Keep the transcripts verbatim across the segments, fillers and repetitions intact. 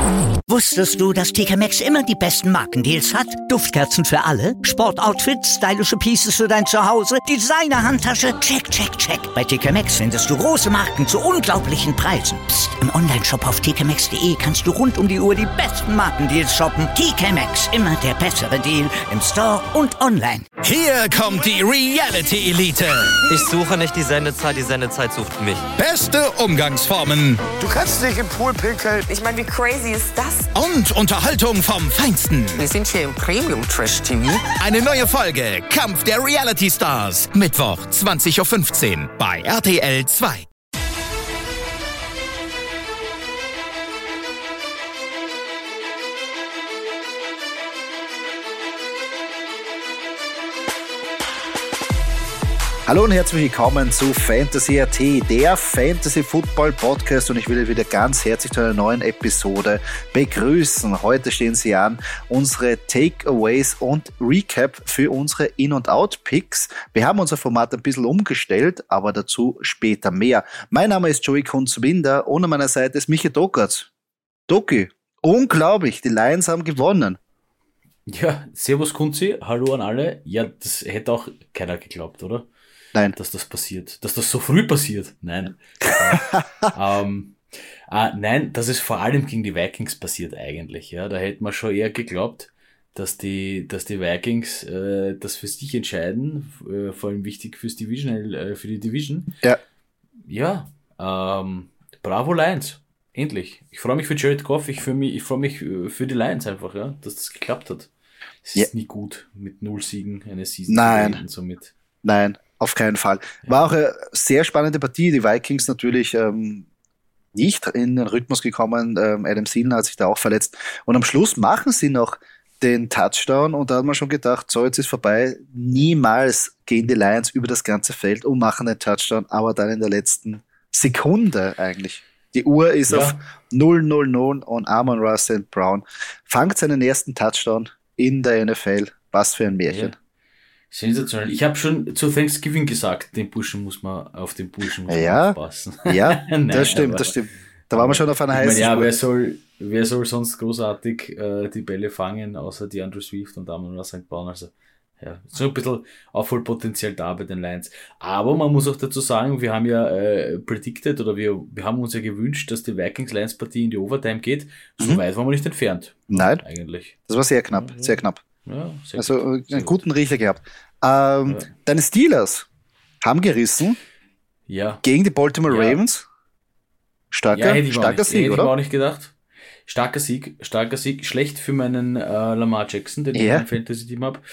Wusstest du, dass T K Maxx immer die besten Markendeals hat? Duftkerzen für alle, Sportoutfits, stylische Pieces für dein Zuhause, Designer-Handtasche, check, check, check. Bei T K Maxx findest du große Marken zu unglaublichen Preisen. Psst. Im Onlineshop auf t k maxx punkt d e kannst du rund um die Uhr die besten Markendeals shoppen. T K Maxx, immer der bessere Deal im Store und online. Hier kommt die Reality Elite. Ich suche nicht die Sendezeit, die Sendezeit sucht mich. Beste Umgangsformen. Du kannst nicht im Pool pinkeln. Ich meine, wie crazy ist das? Und Unterhaltung vom Feinsten. Wir sind hier im Premium-Trash-T V. Eine neue Folge Kampf der Reality Stars. Mittwoch, zwanzig Uhr fünfzehn bei R T L zwei. Hallo und herzlich willkommen zu Fantasy Punkt A T, der Fantasy-Football-Podcast, und ich will wieder ganz herzlich zu einer neuen Episode begrüßen. Heute stehen sie an, unsere Takeaways und Recap für unsere In- und Out-Picks. Wir haben unser Format ein bisschen umgestellt, aber dazu später mehr. Mein Name ist Joey Kunz-Winder und an meiner Seite ist Michi Dockertz. Doki, unglaublich, die Lions haben gewonnen. Ja, servus Kunzi, hallo an alle. Ja, das hätte auch keiner geglaubt, oder? Nein. Dass das passiert. Dass das so früh passiert. Nein. ähm, äh, nein, dass es vor allem gegen die Vikings passiert eigentlich. Ja, da hätte man schon eher geglaubt, dass die, dass die Vikings äh, das für sich entscheiden. Äh, vor allem wichtig fürs Division, äh, für die Division. Ja. Ja, ähm, bravo Lions. Endlich. Ich freue mich für Jared Goff. Ich, für mich, ich freue mich für die Lions einfach, ja, dass das geklappt hat. Es ja. ist nie gut, mit null Siegen eine Season Nein. zu reden, somit. Nein, auf keinen Fall. War auch eine sehr spannende Partie. Die Vikings natürlich ähm, nicht in den Rhythmus gekommen. Ähm, Adam Thielen hat sich da auch verletzt. Und am Schluss machen sie noch den Touchdown und da hat man schon gedacht, so, jetzt ist vorbei. Niemals gehen die Lions über das ganze Feld und machen den Touchdown, aber dann in der letzten Sekunde eigentlich. Die Uhr ist ja. auf null null null und Amon-Ra Saint Brown fangt seinen ersten Touchdown in der N F L. Was für ein Märchen. Ja. Sensationell. Ich habe schon zu Thanksgiving gesagt, den Burschen muss man, auf den Burschen muss ja. man aufpassen. Ja, Nein, das stimmt, das stimmt. Da waren wir schon auf einer heißen Ja, Spur. wer soll, wer soll sonst großartig äh, die Bälle fangen, außer die Andrew Swift und Amon-Ra Saint Brown. Also, ja, so ein bisschen Aufholpotenzial da bei den Lions. Aber man muss auch dazu sagen, wir haben ja äh, predicted oder wir, wir haben uns ja gewünscht, dass die Vikings-Lions-Partie in die Overtime geht. So mhm. weit waren wir nicht entfernt. Nein, eigentlich. Das war sehr knapp, ja, sehr knapp. Ja, sehr also gut. einen sehr guten gut. Riecher gehabt. Ähm, ja. Deine Steelers haben gerissen ja. gegen die Baltimore ja. Ravens. Starker, ja, starker nicht, Sieg, oder? oder? Ich auch nicht gedacht. Starker Sieg, starker Sieg. Schlecht für meinen äh, Lamar Jackson, den ja. ich im Fantasy-Team habe.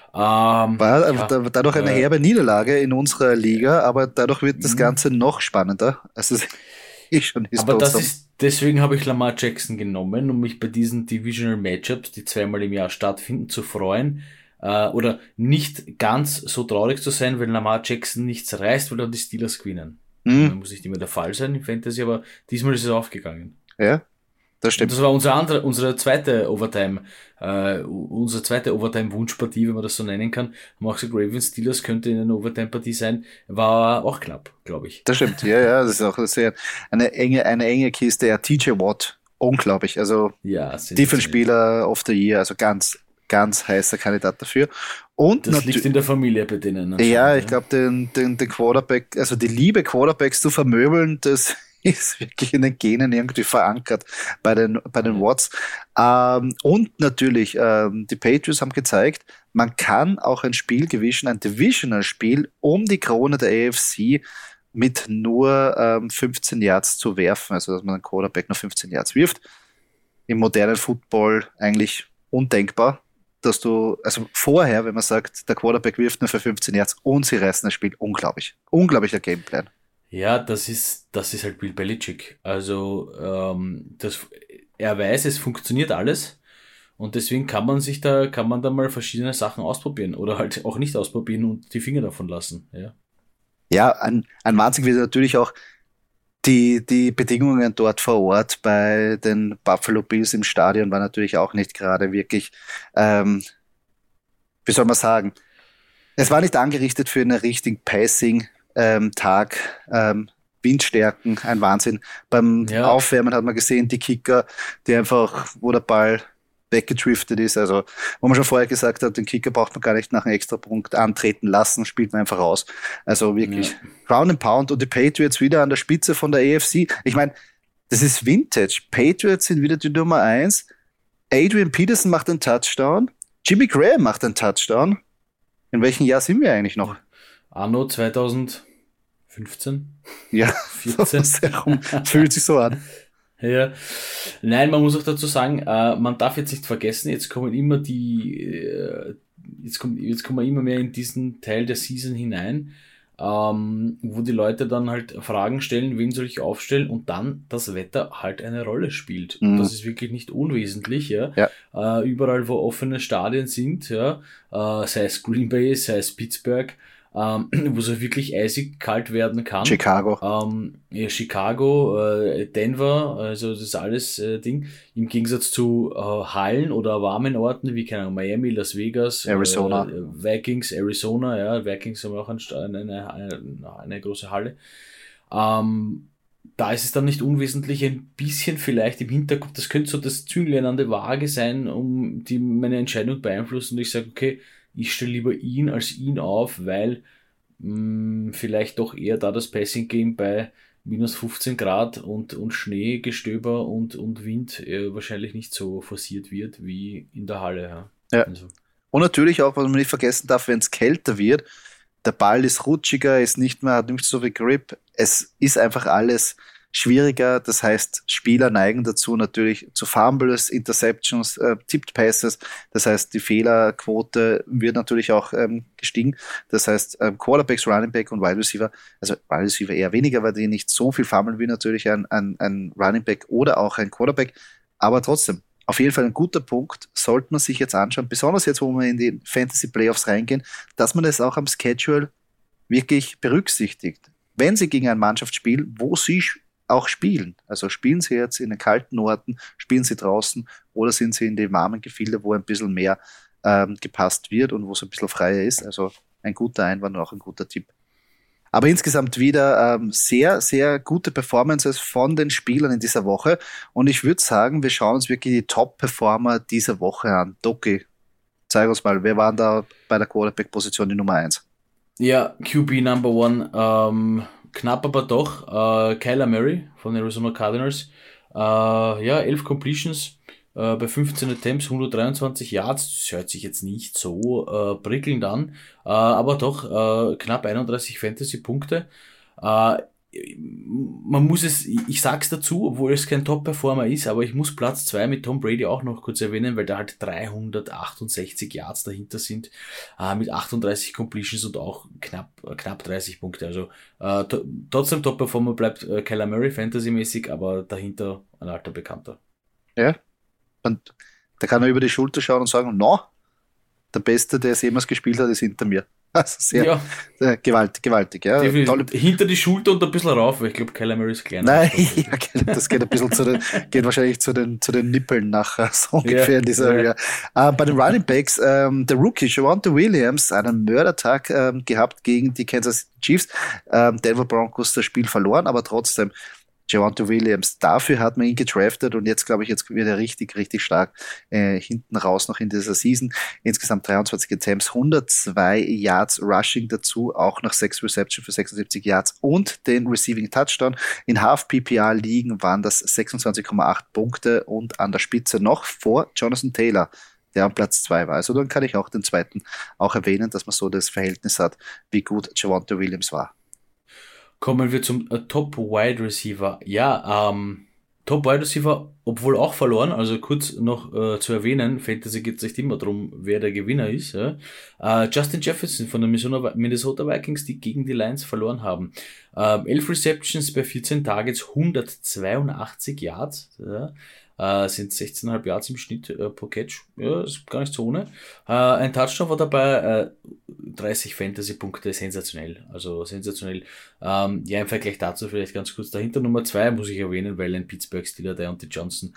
Ähm, War ja, dadurch eine äh, herbe Niederlage in unserer Liga, aber dadurch wird das Ganze noch spannender. Also ich schon aber das ist, deswegen habe ich Lamar Jackson genommen, um mich bei diesen Divisional Matchups, die zweimal im Jahr stattfinden, zu freuen. Äh, oder nicht ganz so traurig zu sein, wenn Lamar Jackson nichts reißt, weil dann die Steelers gewinnen. Mhm. Das muss nicht immer der Fall sein im Fantasy, aber diesmal ist es aufgegangen. Ja. Das stimmt. Und das war unsere andere, unsere zweite Overtime, äh, unsere zweite Overtime-Wunschpartie, wenn man das so nennen kann. Haben auch gesagt, Ravens Steelers könnte in einer Overtime-Partie sein. War auch knapp, glaube ich. Das stimmt, ja, ja, das ist auch sehr, eine enge, eine enge Kiste. Ja, T J Watt, unglaublich. Also, ja, Defense-Spieler of the Year, also ganz, ganz heißer Kandidat dafür. Und das liegt in der Familie bei denen. Ja, ich glaube, den, den, den Quarterback, also die Liebe Quarterbacks zu vermöbeln, das ist wirklich in den Genen irgendwie verankert bei den, bei den Watts. Ähm, und natürlich, ähm, die Patriots haben gezeigt, man kann auch ein Spiel gewinnen, ein Divisional-Spiel um die Krone der A F C mit nur ähm, fünfzehn Yards zu werfen, also dass man einen Quarterback nur fünfzehn Yards wirft. Im modernen Football eigentlich undenkbar, dass du, also vorher, wenn man sagt, der Quarterback wirft nur für fünfzehn Yards und sie reißen das Spiel, unglaublich. Unglaublicher Gameplan. Ja, das ist, das ist halt Bill Belichick. Also, ähm, das, er weiß, es funktioniert alles und deswegen kann man sich da, kann man da mal verschiedene Sachen ausprobieren oder halt auch nicht ausprobieren und die Finger davon lassen, ja. Ja, ein, ein Wahnsinn wird natürlich auch die, die Bedingungen dort vor Ort bei den Buffalo Bills im Stadion war natürlich auch nicht gerade wirklich, ähm, wie soll man sagen, es war nicht angerichtet für einen richtigen Passing, Ähm, Tag. Ähm, Windstärken, ein Wahnsinn. Beim Ja. Aufwärmen hat man gesehen, die Kicker, die einfach, wo der Ball weggedriftet ist, also wo man schon vorher gesagt hat, den Kicker braucht man gar nicht nach einem Extrapunkt antreten lassen, spielt man einfach raus. Also wirklich Ja. Ground and Pound und die Patriots wieder an der Spitze von der A F C. Ich meine, das ist Vintage. Patriots sind wieder die Nummer eins. Adrian Peterson macht einen Touchdown. Jimmy Graham macht einen Touchdown. In welchem Jahr sind wir eigentlich noch? Anno zweitausendfünfzehn? Ja, vierzehn? sehr rum. Fühlt sich so an. Ja. Nein, man muss auch dazu sagen, äh, man darf jetzt nicht vergessen, jetzt kommen immer die, äh, jetzt kommt, jetzt kommen wir immer mehr in diesen Teil der Season hinein, ähm, wo die Leute dann halt Fragen stellen, wen soll ich aufstellen, und dann das Wetter halt eine Rolle spielt. Mhm. Und das ist wirklich nicht unwesentlich, ja. Ja. Äh, überall, wo offene Stadien sind, ja, äh, sei es Green Bay, sei es Pittsburgh, ähm, wo es wirklich eisig kalt werden kann. Chicago. Ähm, ja, Chicago, äh, Denver, also das ist alles äh, Ding. Im Gegensatz zu äh, Hallen oder warmen Orten wie, keine Ahnung, Miami, Las Vegas, Arizona. Äh, Vikings, Arizona, ja, Vikings haben auch ein, eine, eine, eine große Halle. Ähm, da ist es dann nicht unwesentlich, ein bisschen vielleicht im Hinterkopf, das könnte so das Zünglein an der Waage sein, um die meine Entscheidung beeinflussen, und ich sage, okay, ich stelle lieber ihn als ihn auf, weil mh, vielleicht doch eher da das Passing Game bei minus fünfzehn Grad und, und Schneegestöber und, und Wind äh, wahrscheinlich nicht so forciert wird wie in der Halle. Ja. Ja. Also, Und natürlich auch, was man nicht vergessen darf, wenn es kälter wird, der Ball ist rutschiger, ist nicht mehr, hat nicht so viel Grip. Es ist einfach alles schwieriger. Das heißt, Spieler neigen dazu natürlich zu Fumbles, Interceptions, äh, Tipped Passes. Das heißt, die Fehlerquote wird natürlich auch ähm, gestiegen. Das heißt, ähm, Quarterbacks, Running Back und Wide Receiver, also Wide Receiver eher weniger, weil die nicht so viel fummeln wie natürlich ein, ein, ein Running Back oder auch ein Quarterback. Aber trotzdem, auf jeden Fall ein guter Punkt, sollte man sich jetzt anschauen, besonders jetzt, wo wir in die Fantasy Playoffs reingehen, dass man das auch am Schedule wirklich berücksichtigt. Wenn sie gegen eine Mannschaft spielen, wo sie auch spielen, also spielen sie jetzt in den kalten Orten, spielen sie draußen oder sind sie in den warmen Gefilde, wo ein bisschen mehr ähm, gepasst wird und wo es ein bisschen freier ist. Also ein guter Einwand und auch ein guter Tipp. Aber insgesamt wieder ähm, sehr, sehr gute Performances von den Spielern in dieser Woche. Und ich würde sagen, wir schauen uns wirklich die Top-Performer dieser Woche an. Doki, zeig uns mal, wer waren da bei der Quarterback-Position die Nummer eins? ja, Q B Number One, ähm, knapp aber doch, äh, Kyler Murray von den Arizona Cardinals. Äh, ja, elf Completions äh, bei fünfzehn Attempts, hundertdreiundzwanzig Yards. Das hört sich jetzt nicht so äh, prickelnd an, äh, aber doch äh, knapp einunddreißig Fantasy-Punkte. Äh, man muss es, ich sag's dazu, obwohl es kein Top-Performer ist, aber ich muss Platz zwei mit Tom Brady auch noch kurz erwähnen, weil da halt dreihundertachtundsechzig Yards dahinter sind, äh, mit achtunddreißig Completions und auch knapp knapp dreißig Punkte. Also äh, to- trotzdem Top-Performer bleibt äh, Kyler Murray fantasymäßig, aber dahinter ein alter Bekannter. Ja. Und da kann er über die Schulter schauen und sagen, no, der Beste, der es jemals gespielt hat, ist hinter mir. Also sehr Ja, äh, gewaltig, gewaltig. Ja. definitiv. Tolle, Hinter die Schulter und ein bisschen rauf, weil ich glaube, Kyler Murray ist kleiner. Nein, ja, geht- das geht ein bisschen zu den, geht wahrscheinlich zu den, zu den Nippeln nachher, so ungefähr Ja, in dieser ja. Area. Äh, bei den Running Backs, ähm, der Rookie, Javonte Williams, einen Mördertag ähm, gehabt gegen die Kansas City Chiefs. Ähm, Denver Broncos das Spiel verloren, aber trotzdem, Javonte Williams, dafür hat man ihn gedraftet und jetzt glaube ich, jetzt wird er richtig, richtig stark äh, hinten raus noch in dieser Season. Insgesamt dreiundzwanzig Attempts, hundertzwei Yards Rushing dazu, auch nach sechs Reception für sechsundsiebzig Yards und den Receiving Touchdown. In Half-P P R-Ligen waren das sechsundzwanzig Komma acht Punkte und an der Spitze noch vor Jonathan Taylor, der am Platz zwei war. Also dann kann ich auch den zweiten auch erwähnen, dass man so das Verhältnis hat, wie gut Javonte Williams war. Kommen wir zum äh, Top Wide Receiver. Ja, ähm, Top Wide Receiver, obwohl auch verloren, also kurz noch äh, zu erwähnen, Fantasy geht es nicht immer darum, wer der Gewinner ist. Ja? Äh, Justin Jefferson von den Minnesota Minnesota Vikings, die gegen die Lions verloren haben. Ähm, elf Receptions bei vierzehn Targets, hundertzweiundachtzig Yards. Ja? Äh, sind sechzehn Komma fünf Yards im Schnitt äh, pro Catch. Ja, ist gar nicht so ohne. Äh, ein Touchdown war dabei, äh, dreißig Fantasy-Punkte, sensationell. Also sensationell. Ähm, ja, im Vergleich dazu vielleicht ganz kurz dahinter Nummer zwei muss ich erwähnen, weil ein Pittsburgh Steeler, der und die Johnson,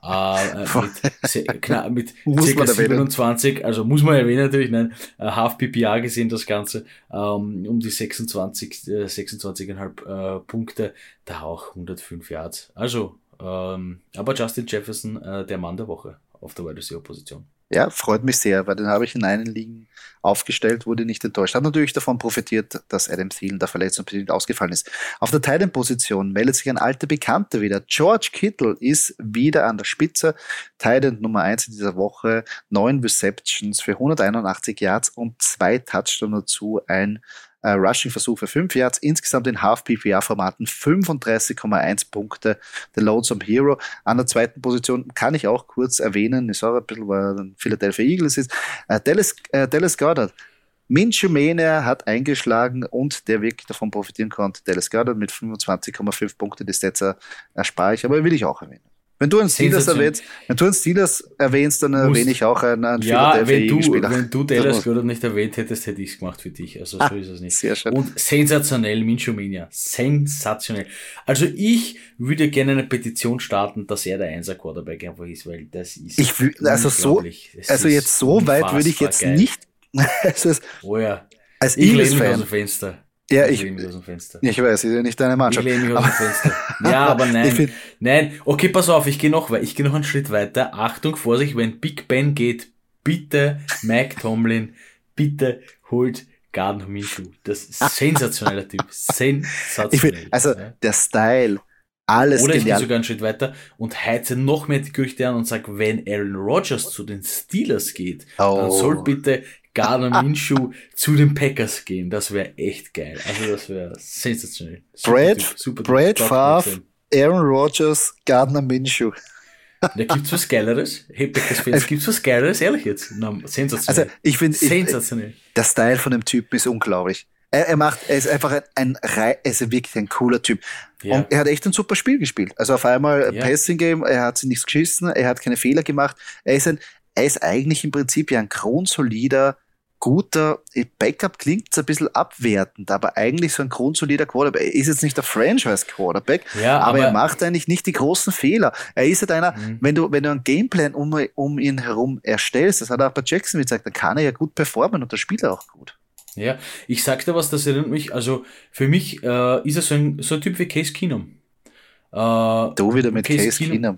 Äh, mit se, knapp, mit Muss circa man erwähnen. siebenundzwanzig, also muss man erwähnen natürlich, nein, äh, Half P P R gesehen das Ganze, ähm, um die sechsundzwanzig, äh, sechsundzwanzig Komma fünf äh, Punkte, da auch hundertfünf Yards. Also, ähm, aber Justin Jefferson, äh, der Mann der Woche auf der Wide Receiver Position. Ja, freut mich sehr, weil den habe ich in einen Ligen aufgestellt, wurde nicht enttäuscht. Hat natürlich davon profitiert, dass Adam Thielen da verletzungsbedingt ausgefallen ist. Auf der Tight End Position meldet sich ein alter Bekannter wieder. George Kittle ist wieder an der Spitze. Tight End Nummer eins in dieser Woche. Neun Receptions für hunderteinundachtzig Yards und zwei Touchdowns dazu. Ein äh, Rushing-Versuch für fünf Yards. Insgesamt in Half-P P R-Formaten fünfunddreißig Komma eins Punkte. Der Lonesome Hero. An der zweiten Position kann ich auch kurz erwähnen, ich sage ein bisschen, weil er Philadelphia Eagles ist, äh, Dallas, äh, Dallas Goedert. Minshew Mania hat eingeschlagen und der wirklich davon profitieren konnte. Dallas Goedert mit fünfundzwanzig Komma fünf Punkte, die Stats erspare ich, aber will ich auch erwähnen. Wenn du einen Steelers erwähnst, wenn du einen Steelers erwähnst, dann erwähne ich auch einen, einen ja, Philadelphia wenn du, Eagles-Spieler. wenn du Dallas Goedert nicht erwähnt hättest, hätte ich es gemacht für dich. Also so Ah, ist es nicht. sehr schön. Und sensationell, Minshew Mania. Sensationell. Also ich würde gerne eine Petition starten, dass er der Einser-Quarterback einfach ist, weil das ist Ich will, also so, unglaublich. Es also ist jetzt so weit würde ich unfassbar jetzt geil. nicht, also es, Oh ja. als Ich lehne mich aus Eagles-Fan, dem Fenster. ja, ich ich, lehne mich aus dem Fenster. ich weiß, ist ja nicht deine Ich Mannschaft. lehne mich aus dem Fenster. Ja, aber Ich nein. find- Nein, okay, pass auf, ich gehe noch, wei- ich gehe noch einen Schritt weiter. Achtung, Vorsicht, wenn Big Ben geht, bitte Mike Tomlin, bitte holt Gardner Minshew. Das ist ein sensationeller Typ. Sensationell. Ich find, also Ja. der Style, alles Oder ich gehe genial. sogar einen Schritt weiter und heize noch mehr die Gerüchte an und sage, wenn Aaron Rodgers zu den Steelers geht, Oh. dann soll bitte Gardner Minshew zu den Packers gehen. Das wäre echt geil. Also das wäre sensationell. Super Brad, Typ, super Typ. Brad Dort Favre, mitnehmen. Aaron Rodgers, Gardner Minshew. Da gibt's was Geileres. Hey, Packers-Fans, gibt's was Geileres? Ehrlich jetzt? Na, sensationell. Also ich finde, sensationell. der Style von dem Typen ist unglaublich. Er, er macht, er ist einfach ein, ein, Rei- er ist wirklich ein cooler Typ. Ja. Und er hat echt ein super Spiel gespielt. Also auf einmal Ja. Passing Game, er hat sich nichts geschissen, er hat keine Fehler gemacht. Er ist ein, er ist eigentlich im Prinzip ja ein grundsolider, guter Backup, klingt ein bisschen abwertend, aber eigentlich so ein grundsolider Quarterback. Er ist jetzt nicht der Franchise-Quarterback, Ja, aber, aber- er macht eigentlich nicht die großen Fehler. Er ist halt einer, Mhm. wenn du, wenn du einen Gameplan um, um ihn herum erstellst, das hat er auch bei Jackson gesagt, dann kann er ja gut performen und das spielt er auch gut. Ja, ich sag dir was, das erinnert mich, also für mich äh, ist er so ein, so ein Typ wie Case Keenum. Äh, Du wieder mit Case Case Keenum. Keenum.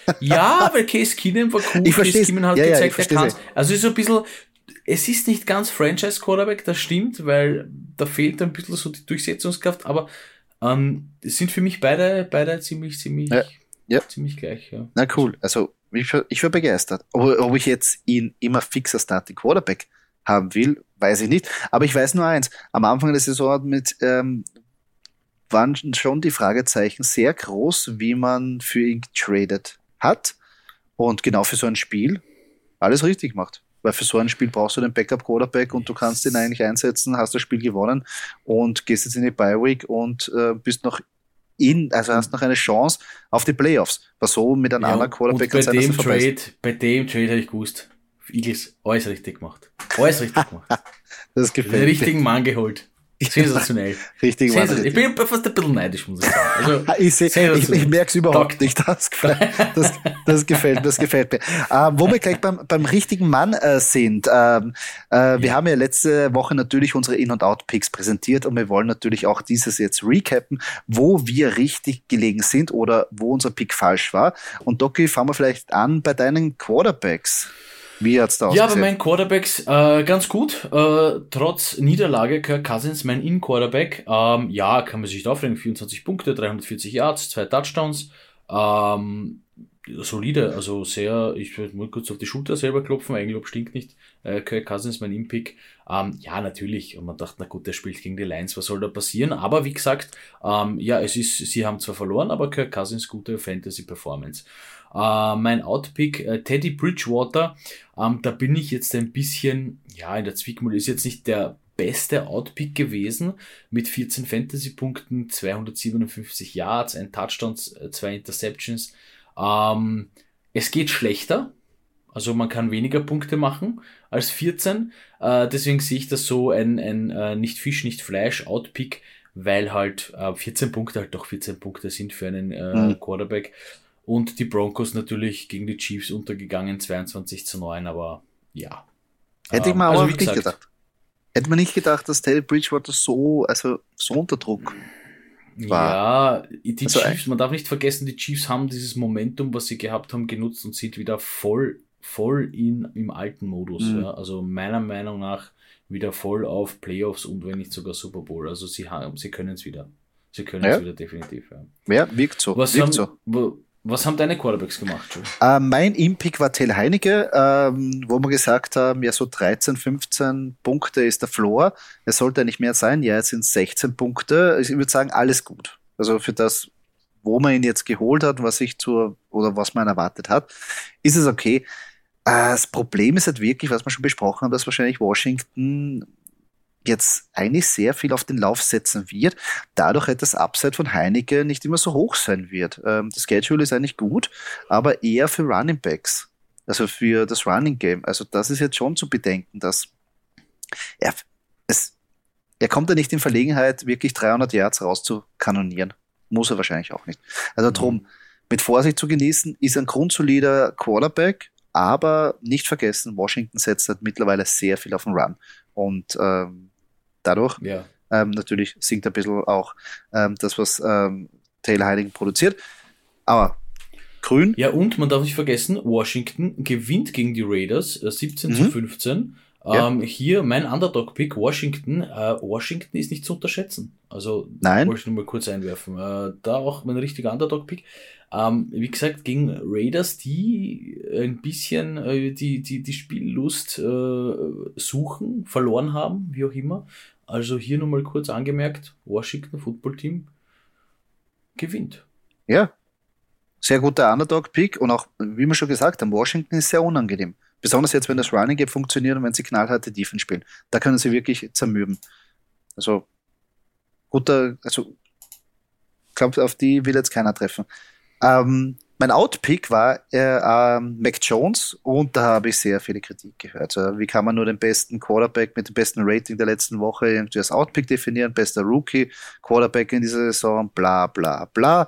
Ja, weil Case Keenum war cool. Ich versteh's. Case Keenum hat Ja, ja, ich gezeigt, versteh's. er kann. Also ist so ein bisschen, es ist nicht ganz Franchise-Quarterback, das stimmt, weil da fehlt ein bisschen so die Durchsetzungskraft, aber ähm, es sind für mich beide, beide ziemlich, ziemlich, Ja, ja. ziemlich gleich. Ja. Na cool, also ich war, ich war begeistert. Ob, ob ich jetzt ihn immer fixer Starting Quarterback haben will, weiß ich nicht. Aber ich weiß nur eins, am Anfang der Saison mit, ähm, waren schon die Fragezeichen sehr groß, wie man für ihn getradet hat. Und genau für so ein Spiel alles richtig macht. Weil für so ein Spiel brauchst du den Backup-Quarterback und du kannst ihn eigentlich einsetzen, hast das Spiel gewonnen und gehst jetzt in die Bye-Week und äh, bist noch in, also hast noch eine Chance auf die Playoffs. Was so mit einem Ja, anderen Quarterback und bei sein, dass dem er vorbei ist. Trade, bei dem Trade habe ich gewusst, Eagles, alles richtig gemacht. Alles richtig gemacht. Das Den gefällt mir. richtigen Mann geholt. Sensationell. Richtig, Mann, Sensationell. Ich richtig. bin fast ein bisschen neidisch, muss ich sagen. Also, Ich, seh, ich, sensationell. ich merke es überhaupt Taugt. nicht. Das, gefällt- das, das gefällt mir. Das gefällt mir. Ähm, wo wir gleich beim, beim richtigen Mann äh, sind. Ähm, äh, wir haben ja letzte Woche natürlich unsere In- und Out-Picks präsentiert und wir wollen natürlich auch dieses jetzt recappen, wo wir richtig gelegen sind oder wo unser Pick falsch war. Und Doki, fangen wir vielleicht an bei deinen Quarterbacks. Wie hat's da Ja, bei ausgesehen? meinen Quarterbacks äh, ganz gut. Äh, trotz Niederlage Kirk Cousins, mein In-Quarterback. Ähm, ja, kann man sich nicht aufregen. vierundzwanzig Punkte, dreihundertvierzig Yards, zwei Touchdowns. Ähm, solide, also sehr, ich will mal kurz auf die Schulter selber klopfen, Eigenlob stinkt nicht. Äh, Kirk Cousins, mein In-Pick. Ähm, ja, natürlich. Und man dachte, na gut, der spielt gegen die Lions, was soll da passieren? Aber wie gesagt, ähm, ja, es ist, sie haben zwar verloren, aber Kirk Cousins gute Fantasy-Performance. Uh, mein Outpick, äh, Teddy Bridgewater, ähm, da bin ich jetzt ein bisschen, ja, in der Zwickmühle, ist jetzt nicht der beste Outpick gewesen, mit vierzehn Fantasy-Punkten, zweihundertsiebenundfünfzig Yards, ein Touchdown, zwei Interceptions. Ähm, es geht schlechter, also man kann weniger Punkte machen als vierzehn, äh, deswegen sehe ich das so ein, ein äh, nicht Fisch, nicht Fleisch Outpick, weil halt äh, vierzehn Punkte halt doch vierzehn Punkte sind für einen äh, Mhm. Quarterback. Und die Broncos natürlich gegen die Chiefs untergegangen, zweiundzwanzig zu neun, aber ja. Hätte ich mir also, aber wie nicht gesagt, gedacht. Hätte man nicht gedacht, dass Teddy Bridgewater so, also so unter Druck war. Ja, die Also, Chiefs, man darf nicht vergessen, die Chiefs haben dieses Momentum, was sie gehabt haben, genutzt und sind wieder voll, voll in, im alten Modus. Mhm. Ja. Also meiner Meinung nach wieder voll auf Playoffs und wenn nicht sogar Super Bowl. Also sie haben, sie können es wieder. Sie können es Ja. wieder definitiv. Ja. Ja, wirkt so. Was, wirkt haben, so. wo, was haben deine Quarterbacks gemacht, Joe? Äh, mein Impick war Till Heinecke, ähm, wo wir gesagt haben, ja so dreizehn, fünfzehn Punkte ist der Floor. Es sollte nicht mehr sein. Ja, jetzt sind es sechzehn Punkte. Ich würde sagen, alles gut. Also für das, wo man ihn jetzt geholt hat, was ich zur, oder was man erwartet hat, ist es okay. Äh, das Problem ist halt wirklich, was wir schon besprochen haben, dass wahrscheinlich Washington jetzt eigentlich sehr viel auf den Lauf setzen wird. Dadurch halt das Upside von Heinecke nicht immer so hoch sein wird. Ähm, das Schedule ist eigentlich gut, aber eher für Running Backs. Also für das Running Game. Also das ist jetzt schon zu bedenken, dass er, es, er kommt ja nicht in Verlegenheit, wirklich dreihundert Yards rauszukanonieren. Muss er wahrscheinlich auch nicht. Also Mhm. drum, mit Vorsicht zu genießen, ist ein grundsolider Quarterback, aber nicht vergessen, Washington setzt halt mittlerweile sehr viel auf den Run. Und ähm, dadurch Ja. ähm, natürlich sinkt ein bisschen auch ähm, das, was ähm, Taylor Heineken produziert. Aber grün, Ja, und man darf nicht vergessen, Washington gewinnt gegen die Raiders äh, siebzehn zu Mhm. fünfzehn. Ja. Ähm, hier mein Underdog-Pick, Washington. Äh, Washington ist nicht zu unterschätzen. Also, Nein. wollte ich nur mal kurz einwerfen. Äh, da auch mein richtiger Underdog-Pick. Ähm, wie gesagt, gegen Raiders, die ein bisschen äh, die, die, die Spiellust äh, suchen, verloren haben, wie auch immer. Also hier nur mal kurz angemerkt, Washington Football Team gewinnt. ja, sehr guter Underdog-Pick und auch, wie wir schon gesagt haben, Washington ist sehr unangenehm. Besonders jetzt, wenn das Running Game funktioniert und wenn sie knallharte Defense spielen. Da können sie wirklich zermürben. Also, guter, also, ich glaube, auf die will jetzt keiner treffen. Ähm, mein Outpick war äh, ähm, Mac Jones und da habe ich sehr viele Kritik gehört. Also, wie kann man nur den besten Quarterback mit dem besten Rating der letzten Woche irgendwie als Outpick definieren? Bester Rookie, Quarterback in dieser Saison, bla bla bla.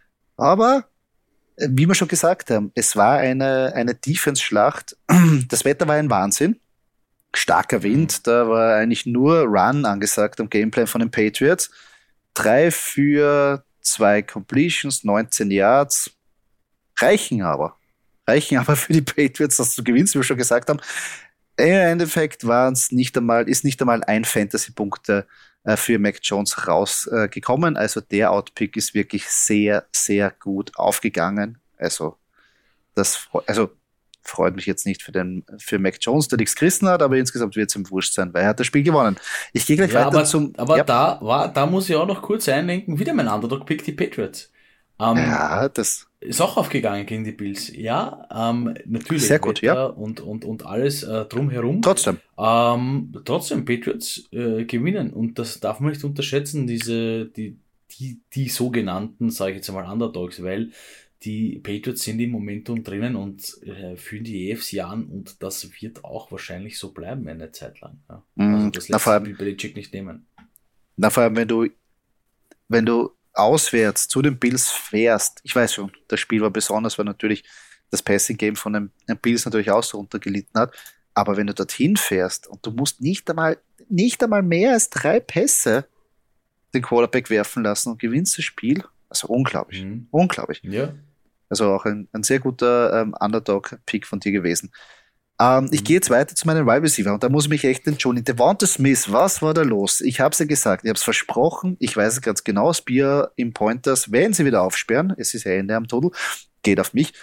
Aber äh, wie wir schon gesagt haben, es war eine, eine Defense-Schlacht. Das Wetter war ein Wahnsinn. Starker Wind, da war eigentlich nur Run angesagt am Gameplan von den Patriots. Drei für zwei Completions, neunzehn Yards. Reichen aber. Reichen aber für die Patriots, dass du gewinnst, wie wir schon gesagt haben. Im Endeffekt waren es nicht einmal, ist nicht einmal ein Fantasy-Punkte äh, für Mac Jones rausgekommen. Äh, also der Outpick ist wirklich sehr, sehr gut aufgegangen. Also das, fre- also freut mich jetzt nicht für den für Mac Jones, der nichts gerissen hat, aber insgesamt wird es ihm wurscht sein, weil er hat das Spiel gewonnen. Ich gehe gleich Ja, weiter aber, zum. aber ja, da war, da muss ich auch noch kurz einlenken, wieder mein Underdog-Pick, die Patriots. Ähm, ja, das. Ist auch aufgegangen gegen die Bills. Ja, ähm, natürlich. Sehr gut, Wetter ja. Und, und, und alles äh, drumherum. Trotzdem. Ähm, trotzdem, Patriots äh, gewinnen. Und das darf man nicht unterschätzen, diese, die, die, die sogenannten, sage ich jetzt einmal, Underdogs, weil die Patriots sind im Momentum drinnen und äh, führen die A F C an und das wird auch wahrscheinlich so bleiben eine Zeit lang. Ja. Mhm. Also das Na, lässt vor allem- sich Belichick nicht nehmen. Na, vor allem, wenn du, wenn du auswärts zu den Bills fährst, ich weiß schon, das Spiel war besonders, weil natürlich das Passing-Game von den, den Bills natürlich auch so runtergelitten hat, aber wenn du dorthin fährst und du musst nicht einmal, nicht einmal mehr als drei Pässe den Quarterback werfen lassen und gewinnst das Spiel, also unglaublich, Mhm. unglaublich. Ja. Also auch ein, ein sehr guter ähm, Underdog-Pick von dir gewesen. Ähm, ich gehe jetzt weiter zu meinen Wide Receiver und da muss ich mich echt entschuldigen. Devonta Smith, was war da los? Ich habe es ja gesagt, ich habe es versprochen, ich weiß es ganz genau, Spear im Pointers, wenn sie wieder aufsperren, es ist ja Ende am Tunnel, geht auf mich.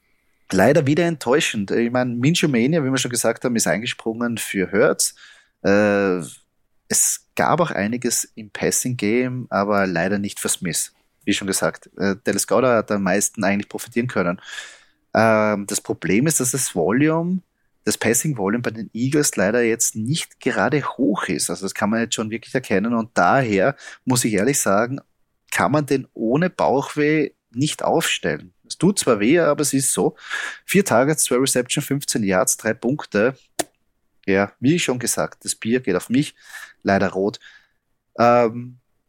Leider wieder enttäuschend. Ich meine, Minshew Mania, wie wir schon gesagt haben, ist eingesprungen für Hurts. Äh, es gab auch einiges im Passing-Game, aber leider nicht für Smith. Wie schon gesagt, äh, Dallas Goedert hat am meisten eigentlich profitieren können. Ähm, das Problem ist, dass das Volume, das Passing Volume bei den Eagles leider jetzt nicht gerade hoch ist. Also das kann man jetzt schon wirklich erkennen und daher muss ich ehrlich sagen, kann man den ohne Bauchweh nicht aufstellen. Es tut zwar weh, aber es ist so. Vier Targets, zwei Reception, fünfzehn Yards, drei Punkte. Ja, wie schon gesagt, das Bier geht auf mich. Leider rot. Ähm,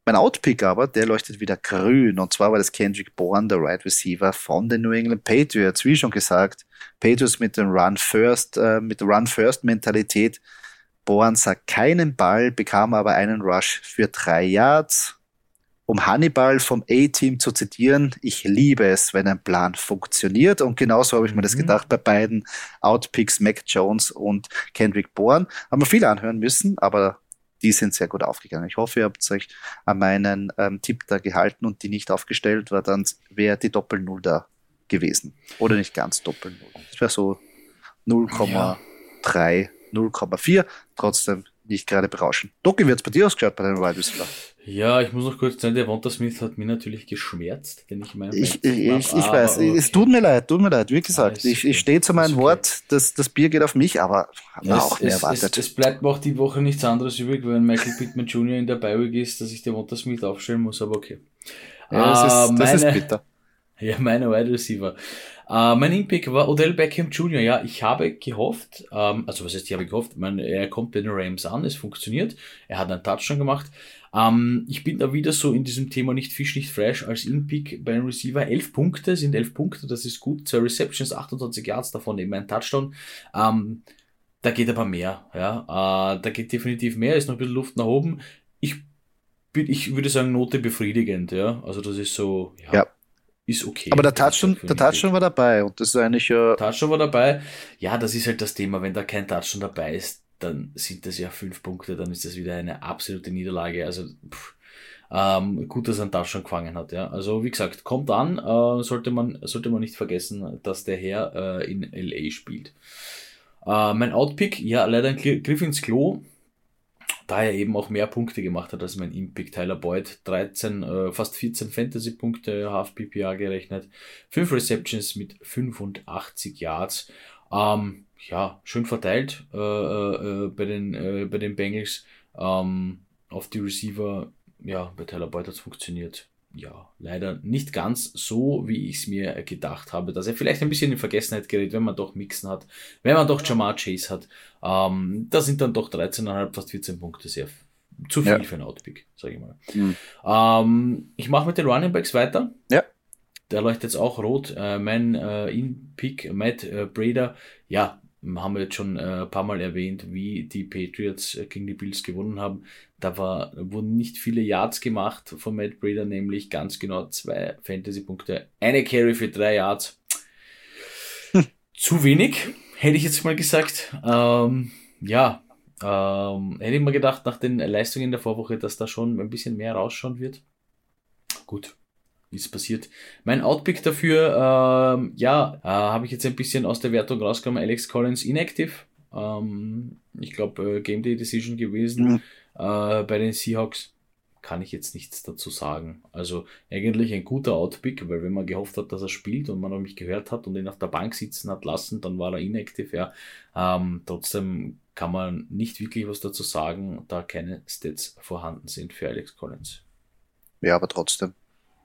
Mein Outpick aber, der leuchtet wieder grün. Und zwar war das Kendrick Bourne, der Right Receiver von den New England Patriots. Wie schon gesagt, Patriots mit dem Run First, äh, mit der Run First Mentalität. Bourne sah keinen Ball, bekam aber einen Rush für drei Yards. Um Hannibal vom A-Team zu zitieren, ich liebe es, wenn ein Plan funktioniert. Und genauso habe ich mir das gedacht bei beiden Outpicks, Mac Jones und Kendrick Bourne. Haben wir viel anhören müssen, aber die sind sehr gut aufgegangen. Ich hoffe, ihr habt euch an meinen ähm, Tipp da gehalten und die nicht aufgestellt, weil dann wäre die Doppel-Null da gewesen. Oder nicht ganz Doppel-Null. Das wäre so null Komma drei, null Komma vier. Trotzdem nicht gerade berauschend. Doki, wird es bei dir ausgeschaut bei den Wide Receiver? Ja, ich muss noch kurz sagen, der Devonta Smith hat mir natürlich geschmerzt, denn ich meine... Ich, ich, ich, ich weiß, okay. Es tut mir leid, tut mir leid, wie gesagt. Ja, ich, ich stehe zu meinem okay. Wort, das, das Bier geht auf mich, aber haben wir auch mehr erwartet. Es, es bleibt mir auch die Woche nichts anderes übrig, wenn Michael Pittman Junior in der Bi-Week ist, dass ich Devonta Smith aufstellen muss, aber okay. Ja, das, ist, uh, das meine, ist bitter. Ja, meine Wide Receiver. Uh, mein Impick war Odell Beckham Junior Ja, ich habe gehofft, um, also was heißt, ich habe gehofft, man, er kommt bei den Rams an, es funktioniert, er hat einen Touchdown gemacht. Um, ich bin da wieder so in diesem Thema nicht Fisch, nicht Fresh als Impick bei einem Receiver. Elf Punkte sind elf Punkte, das ist gut. Zwei Receptions, achtundzwanzig Yards, davon eben ein Touchdown. Um, da geht aber mehr, ja. Uh, da geht definitiv mehr, ist noch ein bisschen Luft nach oben. Ich bin, ich würde sagen, Note befriedigend, ja. Also das ist so, ja. ja. Ist okay. Aber der Touchdown, der Touchdown war dabei und das ist eigentlich... Äh Touchdown war dabei. Ja, das ist halt das Thema, wenn da kein Touchdown dabei ist, dann sind das ja fünf Punkte, dann ist das wieder eine absolute Niederlage. Also pff, ähm, gut, dass er einen Touchdown gefangen hat. Ja. Also wie gesagt, kommt an, äh, sollte man sollte man nicht vergessen, dass der Herr äh, in L A spielt. Äh, mein Outpick, ja, leider ein Griff ins Klo, da er eben auch mehr Punkte gemacht hat als mein Impick. Tyler Boyd, dreizehn, äh, fast vierzehn Fantasy-Punkte, Half P P A gerechnet, fünf Receptions mit fünfundachtzig Yards. Ähm, ja, schön verteilt äh, äh, bei den äh, bei den Bengals ähm, auf die Receiver. Ja, bei Tyler Boyd hat es funktioniert. Ja, leider nicht ganz so, wie ich es mir gedacht habe, dass er vielleicht ein bisschen in Vergessenheit gerät, wenn man doch Mixen hat, wenn man doch Jamar Chase hat. Ähm, da sind dann doch dreizehn Komma fünf, fast vierzehn Punkte sehr zu viel ja. für einen Outpick, sage ich mal. Mhm. Ähm, ich mache mit den Running Backs weiter. Ja. Der leuchtet jetzt auch rot. Äh, mein äh, In-Pick, Matt äh, Breida, ja, haben wir jetzt schon äh, ein paar Mal erwähnt, wie die Patriots äh, gegen die Bills gewonnen haben. Da war, wurden nicht viele Yards gemacht von Matt Breida, nämlich ganz genau zwei Fantasy-Punkte. Eine Carry für drei Yards. Hm. Zu wenig, hätte ich jetzt mal gesagt. Ähm, ja, ähm, hätte ich mal gedacht, nach den Leistungen der Vorwoche, dass da schon ein bisschen mehr rausschauen wird. Gut. Ist passiert. Mein Outpick dafür, ähm, ja, äh, habe ich jetzt ein bisschen aus der Wertung rausgenommen. Alex Collins inactive. Ähm, ich glaube, äh, Game Day Decision gewesen mhm. äh, bei den Seahawks. Kann ich jetzt nichts dazu sagen. Also eigentlich ein guter Outpick, weil wenn man gehofft hat, dass er spielt und man auf mich gehört hat und ihn auf der Bank sitzen hat lassen, dann war er inactive. Ja. Ähm, trotzdem kann man nicht wirklich was dazu sagen, da keine Stats vorhanden sind für Alex Collins. Ja, aber trotzdem.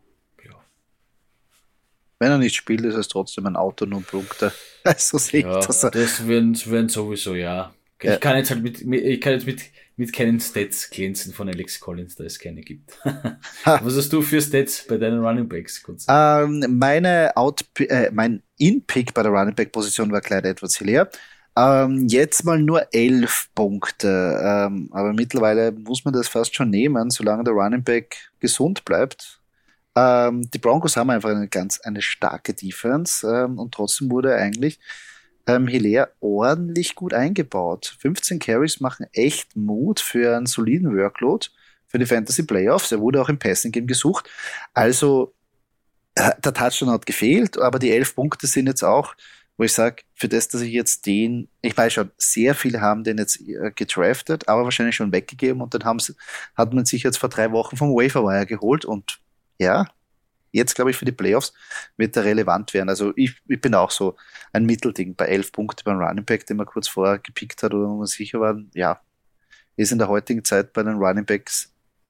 Wenn er nicht spielt, ist es trotzdem ein Auto, nur Punkte. So sehe ja, ich das. Das werden, werden sowieso, ja. Ich ja. kann jetzt halt mit, ich kann jetzt mit, mit keinen Stats glänzen von Alex Collins, da es keine gibt. Was hast du für Stats bei deinen Running Backs? Ähm, meine Out, äh, mein In-Pick bei der Running Back Position war Clyde Edwards-Helaire. Ähm, jetzt mal nur elf Punkte. Ähm, aber mittlerweile muss man das fast schon nehmen, solange der Running Back gesund bleibt. Ähm, die Broncos haben einfach eine ganz eine starke Defense ähm, und trotzdem wurde eigentlich ähm, Helaire ordentlich gut eingebaut. fünfzehn Carries machen echt Mut für einen soliden Workload für die Fantasy Playoffs. Er wurde auch im Passing Game gesucht. Also äh, der Touchdown hat gefehlt, aber die elf Punkte sind jetzt auch, wo ich sage, für das, dass ich jetzt den, ich weiß schon, sehr viele haben den jetzt äh, gedraftet, aber wahrscheinlich schon weggegeben und dann haben sie, hat man sich jetzt vor drei Wochen vom Waiver-Wire geholt und ja, jetzt glaube ich für die Playoffs wird er relevant werden. Also ich, ich bin auch so ein Mittelding bei elf Punkte beim Running Back, den man kurz vorher gepickt hat oder wo man sicher war, ja, ist in der heutigen Zeit bei den Running Backs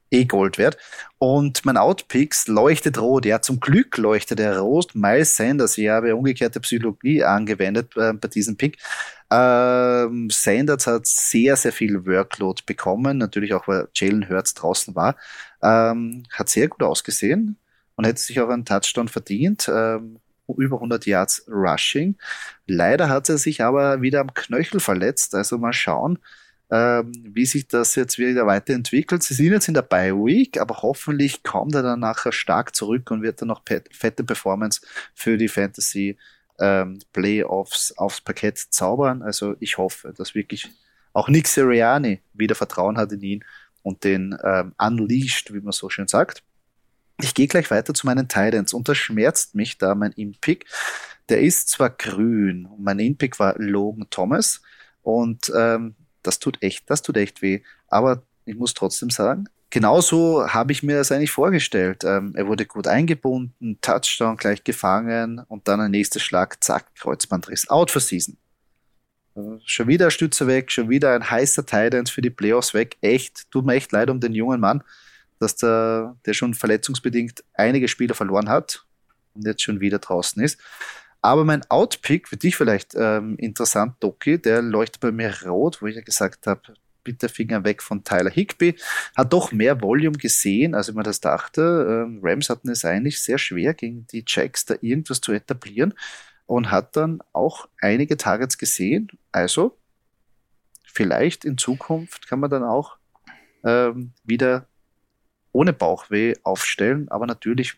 eh Gold wert. Und mein Outpicks leuchtet rot. Ja, zum Glück leuchtet er rot. Miles Sanders, ich habe umgekehrte Psychologie angewendet äh, bei diesem Pick. Ähm, Sanders hat sehr, sehr viel Workload bekommen. Natürlich auch, weil Jalen Hurts draußen war. Ähm, hat sehr gut ausgesehen und hätte sich auch einen Touchdown verdient. Ähm, über hundert Yards Rushing. Leider hat er sich aber wieder am Knöchel verletzt. Also mal schauen, ähm, wie sich das jetzt wieder weiterentwickelt. Sie sind jetzt in der Bye Week, aber hoffentlich kommt er dann nachher stark zurück und wird dann noch fette Performance für die Fantasy ähm, Playoffs aufs Parkett zaubern. Also ich hoffe, dass wirklich auch Nick Sirianni wieder Vertrauen hat in ihn und den ähm, unleashed, wie man so schön sagt. Ich gehe gleich weiter zu meinen Titans und das schmerzt mich da, mein In-Pick. Der ist zwar grün, mein In-Pick war Logan Thomas und ähm, das tut echt, das tut echt weh, aber ich muss trotzdem sagen, genauso habe ich mir das eigentlich vorgestellt. Ähm, er wurde gut eingebunden, Touchdown gleich gefangen und dann ein nächster Schlag, zack, Kreuzbandriss, out for season. Äh, schon wieder Stütze weg, schon wieder ein heißer Titan für die Playoffs weg. Echt, tut mir echt leid um den jungen Mann, dass der, der schon verletzungsbedingt einige Spieler verloren hat und jetzt schon wieder draußen ist. Aber mein Outpick, für dich vielleicht ähm, interessant, Doki, der leuchtet bei mir rot, wo ich ja gesagt habe, bitte Finger weg von Tyler Higbee. Hat doch mehr Volume gesehen, als ich mir das dachte. Ähm, Rams hatten es eigentlich sehr schwer, gegen die Jacks da irgendwas zu etablieren und hat dann auch einige Targets gesehen. Also vielleicht in Zukunft kann man dann auch ähm, wieder ohne Bauchweh aufstellen, aber natürlich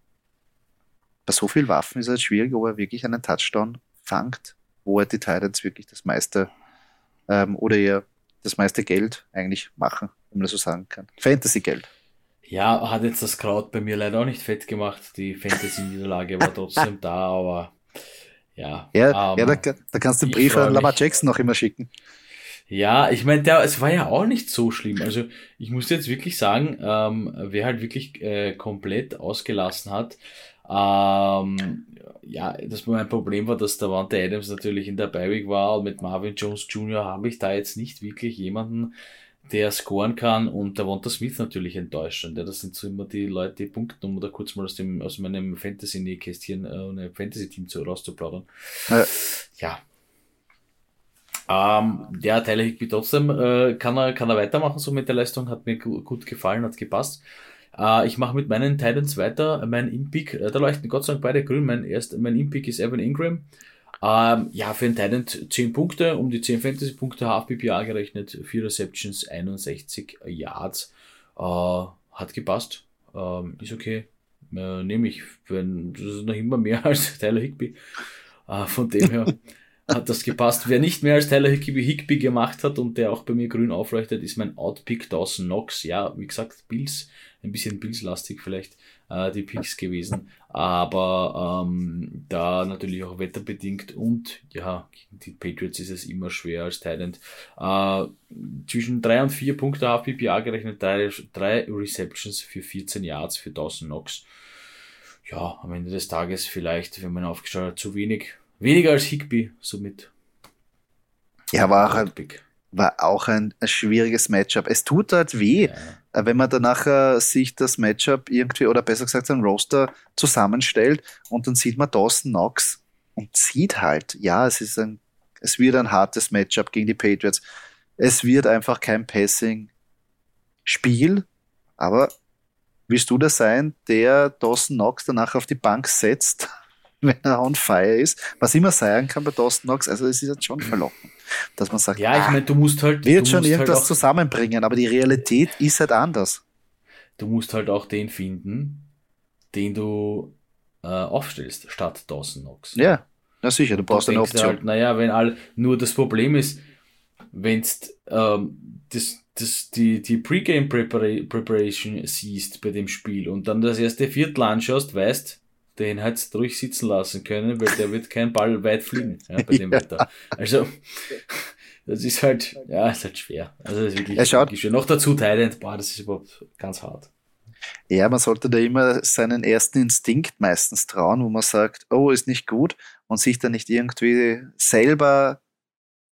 bei so viel Waffen ist es schwierig, ob er wirklich einen Touchdown fangt, wo er die Titans wirklich das meiste ähm, oder eher das meiste Geld eigentlich machen, wenn man das so sagen kann. Fantasy-Geld. Ja, hat jetzt das Kraut bei mir leider auch nicht fett gemacht. Die Fantasy-Niederlage war trotzdem da, aber ja. Ja, ähm, ja da, da kannst du einen Brief an Lamar Jackson noch immer schicken. Ja, ich meine, der, es war ja auch nicht so schlimm. Also ich muss jetzt wirklich sagen, ähm, wer halt wirklich äh, komplett ausgelassen hat, ähm, ja, das mein Problem war, dass der Davante Adams natürlich in der Bye-Week war und mit Marvin Jones Junior habe ich da jetzt nicht wirklich jemanden, der scoren kann und der Devonta Smith natürlich enttäuschend. Ja, das sind so immer die Leute, die punkten, um da kurz mal aus dem aus meinem Fantasy-Nähkästchen äh, ein Fantasy-Team zu, rauszuplaudern. Ja. ja. Ähm, der Tyler Higbee trotzdem äh, kann er kann er weitermachen so mit der Leistung, hat mir gu- gut gefallen, hat gepasst. Äh, ich mache mit meinen Titans weiter, mein In-Pick, äh, da leuchten Gott sei Dank beide grün, mein erst mein In-Pick ist Evan Ingram. Ähm, ja, für einen Titan zehn Punkte, um die zehn Fantasy-Punkte, Half P P A gerechnet, vier Receptions, einundsechzig Yards, äh, hat gepasst, ähm, ist okay, äh, nehme ich, wenn, das ist noch immer mehr als Tyler Higbee, äh, von dem her hat das gepasst. Wer nicht mehr als Tyler Higbee, Higbee gemacht hat und der auch bei mir grün aufleuchtet, ist mein Outpick Dawson Knox. Ja, wie gesagt, Bills, ein bisschen Bills-lastig vielleicht äh, die Picks gewesen, aber ähm, da natürlich auch wetterbedingt und ja, gegen die Patriots ist es immer schwer als Titan. Äh, zwischen drei und vier Punkte H P P A gerechnet, drei, drei Receptions für vierzehn Yards für Dawson Knox. Ja, am Ende des Tages vielleicht, wenn man aufgeschaut hat, zu wenig. Weniger als Higbee, somit. Ja, war auch ein, war auch ein, ein schwieriges Matchup. Es tut halt weh, ja. Wenn man dann nachher sich das Matchup irgendwie, oder besser gesagt ein Roster zusammenstellt und dann sieht man Dawson Knox und sieht halt, ja, es ist ein, es wird ein hartes Matchup gegen die Patriots. Es wird einfach kein Passing-Spiel, aber willst du das sein, der Dawson Knox danach auf die Bank setzt, wenn er on fire ist, was immer sein kann bei Dawson Knox, also es ist jetzt schon verlockend, dass man sagt, ja, ich meine, du musst halt, wird du schon musst irgendwas halt auch, zusammenbringen, aber die Realität ist halt anders. Du musst halt auch den finden, den du äh, aufstellst, statt Dawson Knox. Ja, na sicher, du brauchst du eine denkst Option. Halt, naja, wenn all, nur das Problem ist, wenn's ähm, das, das, die, die Pre-Game Prepara- Preparation siehst bei dem Spiel und dann das erste Viertel anschaust, weißt, den hättest du ruhig sitzen lassen können, weil der wird kein Ball weit fliegen, ja, bei dem ja. Wetter. Also, das ist halt, ja, ist halt schwer. Also, das ist wirklich, er schaut, wirklich schwer. Noch dazu Thailand, boah, das ist überhaupt ganz hart. Ja, man sollte da immer seinen ersten Instinkt meistens trauen, wo man sagt, oh, ist nicht gut und sich dann nicht irgendwie selber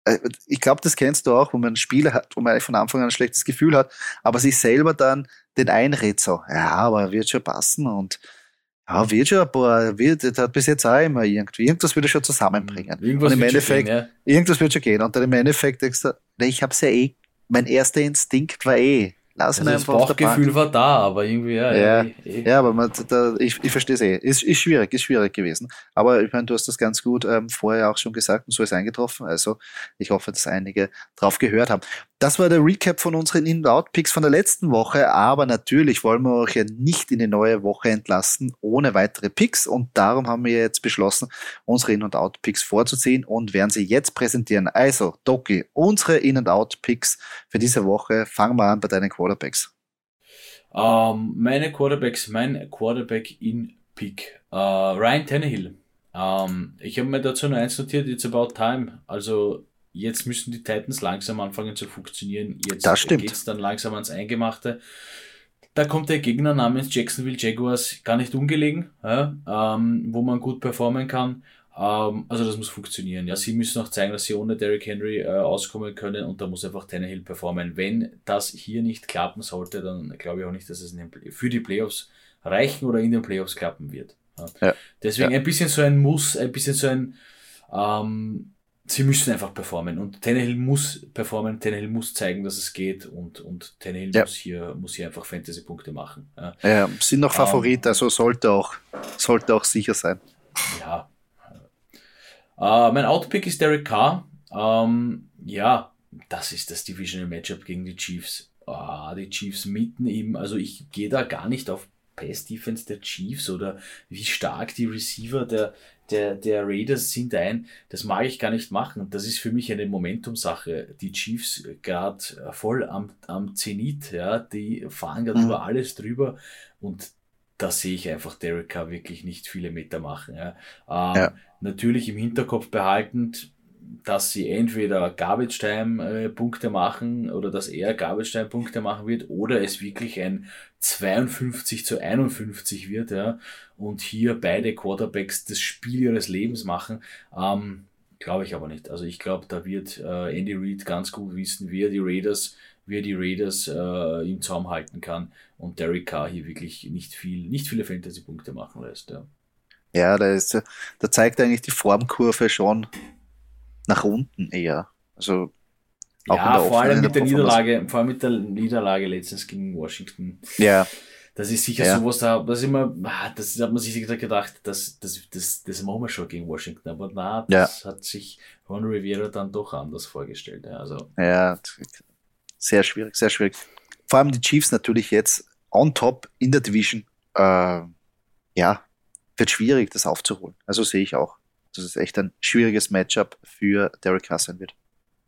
ich glaube, das kennst du auch, wo man einen Spieler hat, wo man eigentlich von Anfang an ein schlechtes Gefühl hat, aber sich selber dann den einredet so, ja, aber wird schon passen und ja, wird schon ein paar, wird, das hat bis jetzt auch immer irgendwie, irgendwas wird er schon zusammenbringen. Irgendwas und im wird Endeffekt, schon gehen, irgendwas wird schon gehen und dann im Endeffekt denkst du, ich hab's ja eh, mein erster Instinkt war eh, lass ihn Also das einfach auf der Bank. Bauchgefühl war da, aber irgendwie, ja. Ja, eh, eh. ja, aber man, da, ich, ich verstehe es eh. Ist, ist schwierig, ist schwierig gewesen. Aber ich meine, du hast das ganz gut ähm, vorher auch schon gesagt und so ist eingetroffen. Also ich hoffe, dass einige drauf gehört haben. Das war der Recap von unseren In-Out-Picks von der letzten Woche. Aber natürlich wollen wir euch ja nicht in die neue Woche entlassen ohne weitere Picks. Und darum haben wir jetzt beschlossen, unsere In- und Out-Picks vorzuziehen und werden sie jetzt präsentieren. Also, Doki, unsere In- und Out-Picks für diese Woche. Fangen wir an bei deinen Quarterbacks. Ähm, meine Quarterbacks, mein Quarterback in Pick. Äh, Ryan Tannehill. Ähm, ich habe mir dazu nur eins notiert, it's about time. Also jetzt müssen die Titans langsam anfangen zu funktionieren. Jetzt Das stimmt. geht's dann langsam ans Eingemachte. Da kommt der Gegner namens Jacksonville Jaguars gar nicht ungelegen, ja, ähm, wo man gut performen kann. Ähm, also das muss funktionieren. Ja, sie müssen auch zeigen, dass sie ohne Derrick Henry äh, auskommen können und da muss einfach Tannehill performen. Wenn das hier nicht klappen sollte, dann glaube ich auch nicht, dass es in den, für die Playoffs reichen oder in den Playoffs klappen wird. Ja. Ja. Deswegen Ja. ein bisschen so ein Muss, ein bisschen so ein ähm, sie müssen einfach performen und Tannehill muss performen, Tannehill muss zeigen, dass es geht und, und Tannehill Ja. muss hier, muss hier einfach Fantasy-Punkte machen. Ja. Ja, sind noch Favorit, Ähm, also sollte auch, sollte auch sicher sein. Ja. Äh, mein Outpick ist Derek Carr. Ähm, ja, das ist das Divisional Matchup gegen die Chiefs. Ah, die Chiefs mitten im, also ich gehe da gar nicht auf Pass-Defense der Chiefs oder wie stark die Receiver der, der, der Raiders sind ein. Das mag ich gar nicht machen. Das ist für mich eine Momentum-Sache. Die Chiefs gerade voll am, am Zenit, ja, die fahren gerade Mhm. über alles drüber und da sehe ich einfach Derek Carr wirklich nicht viele Meter machen. Ja. Ähm, Ja. Natürlich im Hinterkopf behaltend, dass sie entweder Garbage-Time-Punkte machen oder dass er Garbage-Time-Punkte machen wird oder es wirklich ein zweiundfünfzig zu einundfünfzig wird, ja, und hier beide Quarterbacks das Spiel ihres Lebens machen. Ähm, glaube ich aber nicht. Also ich glaube, da wird äh, Andy Reid ganz gut wissen, wie er die Raiders, wie er die Raiders äh, im Zaum halten kann und Derek Carr hier wirklich nicht viel, nicht viele Fantasy-Punkte machen lässt. Ja. Ja, da ist, da zeigt eigentlich die Formkurve schon nach unten eher. Also auch in Ja, der vor offenen, allem in mit der der Performance. Niederlage, vor allem mit der Niederlage letztens gegen Washington. Ja, Das ist sicher Ja. sowas, da, das immer, ah, das hat man sich gedacht, das, das, das, das machen wir schon gegen Washington. Aber na, das hat sich Ron Rivera dann doch anders vorgestellt. Ja, also, ja, sehr schwierig, sehr schwierig. Vor allem die Chiefs natürlich jetzt on top in der Division. Äh, ja, wird schwierig, das aufzuholen. Also sehe ich auch, dass es echt ein schwieriges Matchup für Derek Carr sein wird.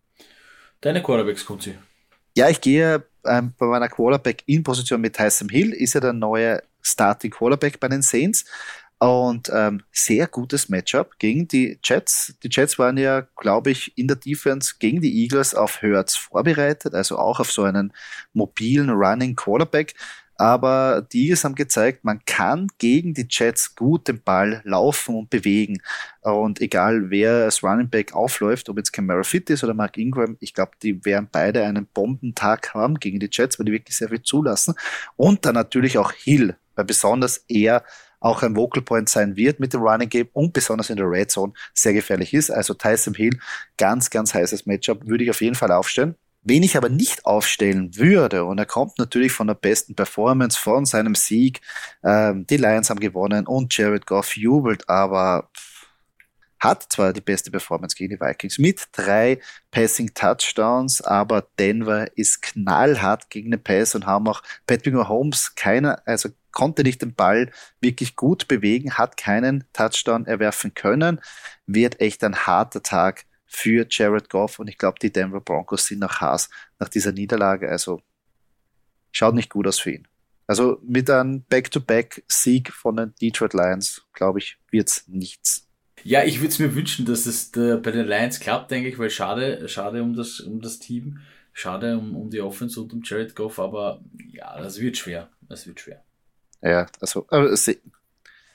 deine Quarterbacks, Kunzi. Ja, ich gehe ähm, bei meiner Quarterback in Position mit Taysom Hill, ist ja der neue Starting Quarterback bei den Saints und ähm, sehr gutes Matchup gegen die Jets. Die Jets waren ja, glaube ich, in der Defense gegen die Eagles auf Hurts vorbereitet, also auch auf so einen mobilen Running Quarterback. Aber die Eagles haben gezeigt, man kann gegen die Jets gut den Ball laufen und bewegen. Und egal wer als Running Back aufläuft, ob jetzt Kamara fit ist oder Mark Ingram, ich glaube, die werden beide einen Bombentag haben gegen die Jets, weil die wirklich sehr viel zulassen. Und dann natürlich auch Hill, weil besonders er auch ein Vocal Point sein wird mit dem Running Game und besonders in der Red Zone sehr gefährlich ist. Also Taysom Hill, ganz, ganz heißes Matchup, würde ich auf jeden Fall aufstellen. Wen ich aber nicht aufstellen würde, und er kommt natürlich von der besten Performance, von seinem Sieg, ähm, die Lions haben gewonnen und Jared Goff jubelt, aber hat zwar die beste Performance gegen die Vikings mit drei Passing-Touchdowns, aber Denver ist knallhart gegen den Pass und haben auch Patrick Mahomes keiner, also konnte nicht den Ball wirklich gut bewegen, hat keinen Touchdown erwerfen können, wird echt ein harter Tag für Jared Goff und ich glaube, die Denver Broncos sind nach Haas nach dieser Niederlage, also schaut nicht gut aus für ihn. Also mit einem Back-to-Back-Sieg von den Detroit Lions, glaube ich, wird's nichts. Ja, ich würde es mir wünschen, dass es der, bei den Lions klappt, denke ich, weil schade, schade um das, um das Team, schade um, um die Offense und um Jared Goff, aber ja, das wird schwer, das wird schwer. Ja, also, aber se-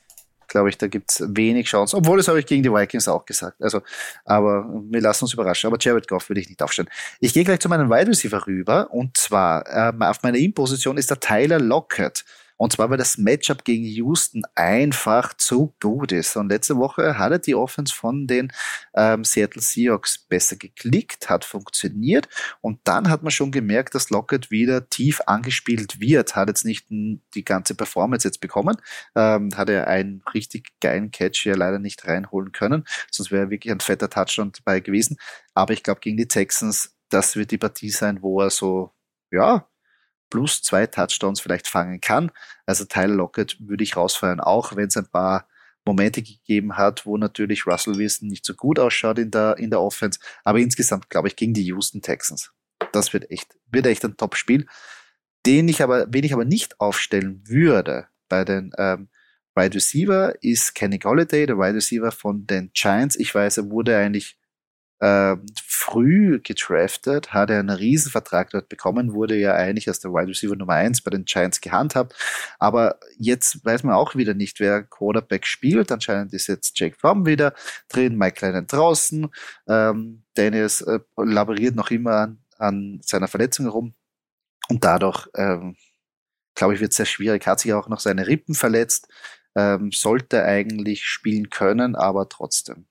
glaube ich, da gibt es wenig Chancen. Obwohl, das habe ich gegen die Vikings auch gesagt. Also, aber wir lassen uns überraschen. Aber Jared Goff würde ich nicht aufstellen. Ich gehe gleich zu meinem Wide Receiver rüber. Und zwar, ähm, auf meiner In-Position ist der Tyler Lockett. Und zwar, weil das Matchup gegen Houston einfach zu gut ist. Und letzte Woche hatte die Offense von den ähm, Seattle Seahawks besser geklickt, hat funktioniert. Und dann hat man schon gemerkt, dass Lockett wieder tief angespielt wird. Hat jetzt nicht die ganze Performance jetzt bekommen. Ähm, hat er einen richtig geilen Catch hier leider nicht reinholen können. Sonst wäre wirklich ein fetter Touchdown dabei gewesen. Aber ich glaube, gegen die Texans, das wird die Partie sein, wo er so, ja, plus zwei Touchdowns vielleicht fangen kann. Also Tyler Lockett würde ich rausfeuern, auch wenn es ein paar Momente gegeben hat, wo natürlich Russell Wilson nicht so gut ausschaut in der, in der Offense. Aber insgesamt glaube ich gegen die Houston Texans. Das wird echt, wird echt ein Top-Spiel. Den ich aber, wen ich aber nicht aufstellen würde bei den ähm, Wide Receiver ist Kenny Golladay, der Wide Receiver von den Giants. Ich weiß, er wurde eigentlich Äh, früh gedraftet, hat er einen Riesenvertrag dort bekommen, wurde ja eigentlich als der Wide Receiver Nummer eins bei den Giants gehandhabt, aber jetzt weiß man auch wieder nicht, wer Quarterback spielt. Anscheinend ist jetzt Jake Fromm wieder drin, Mike Lennon draußen, ähm, Daniels äh, laboriert noch immer an, an seiner Verletzung herum und dadurch ähm, glaube ich, wird es sehr schwierig, hat sich auch noch seine Rippen verletzt, ähm, sollte eigentlich spielen können, aber trotzdem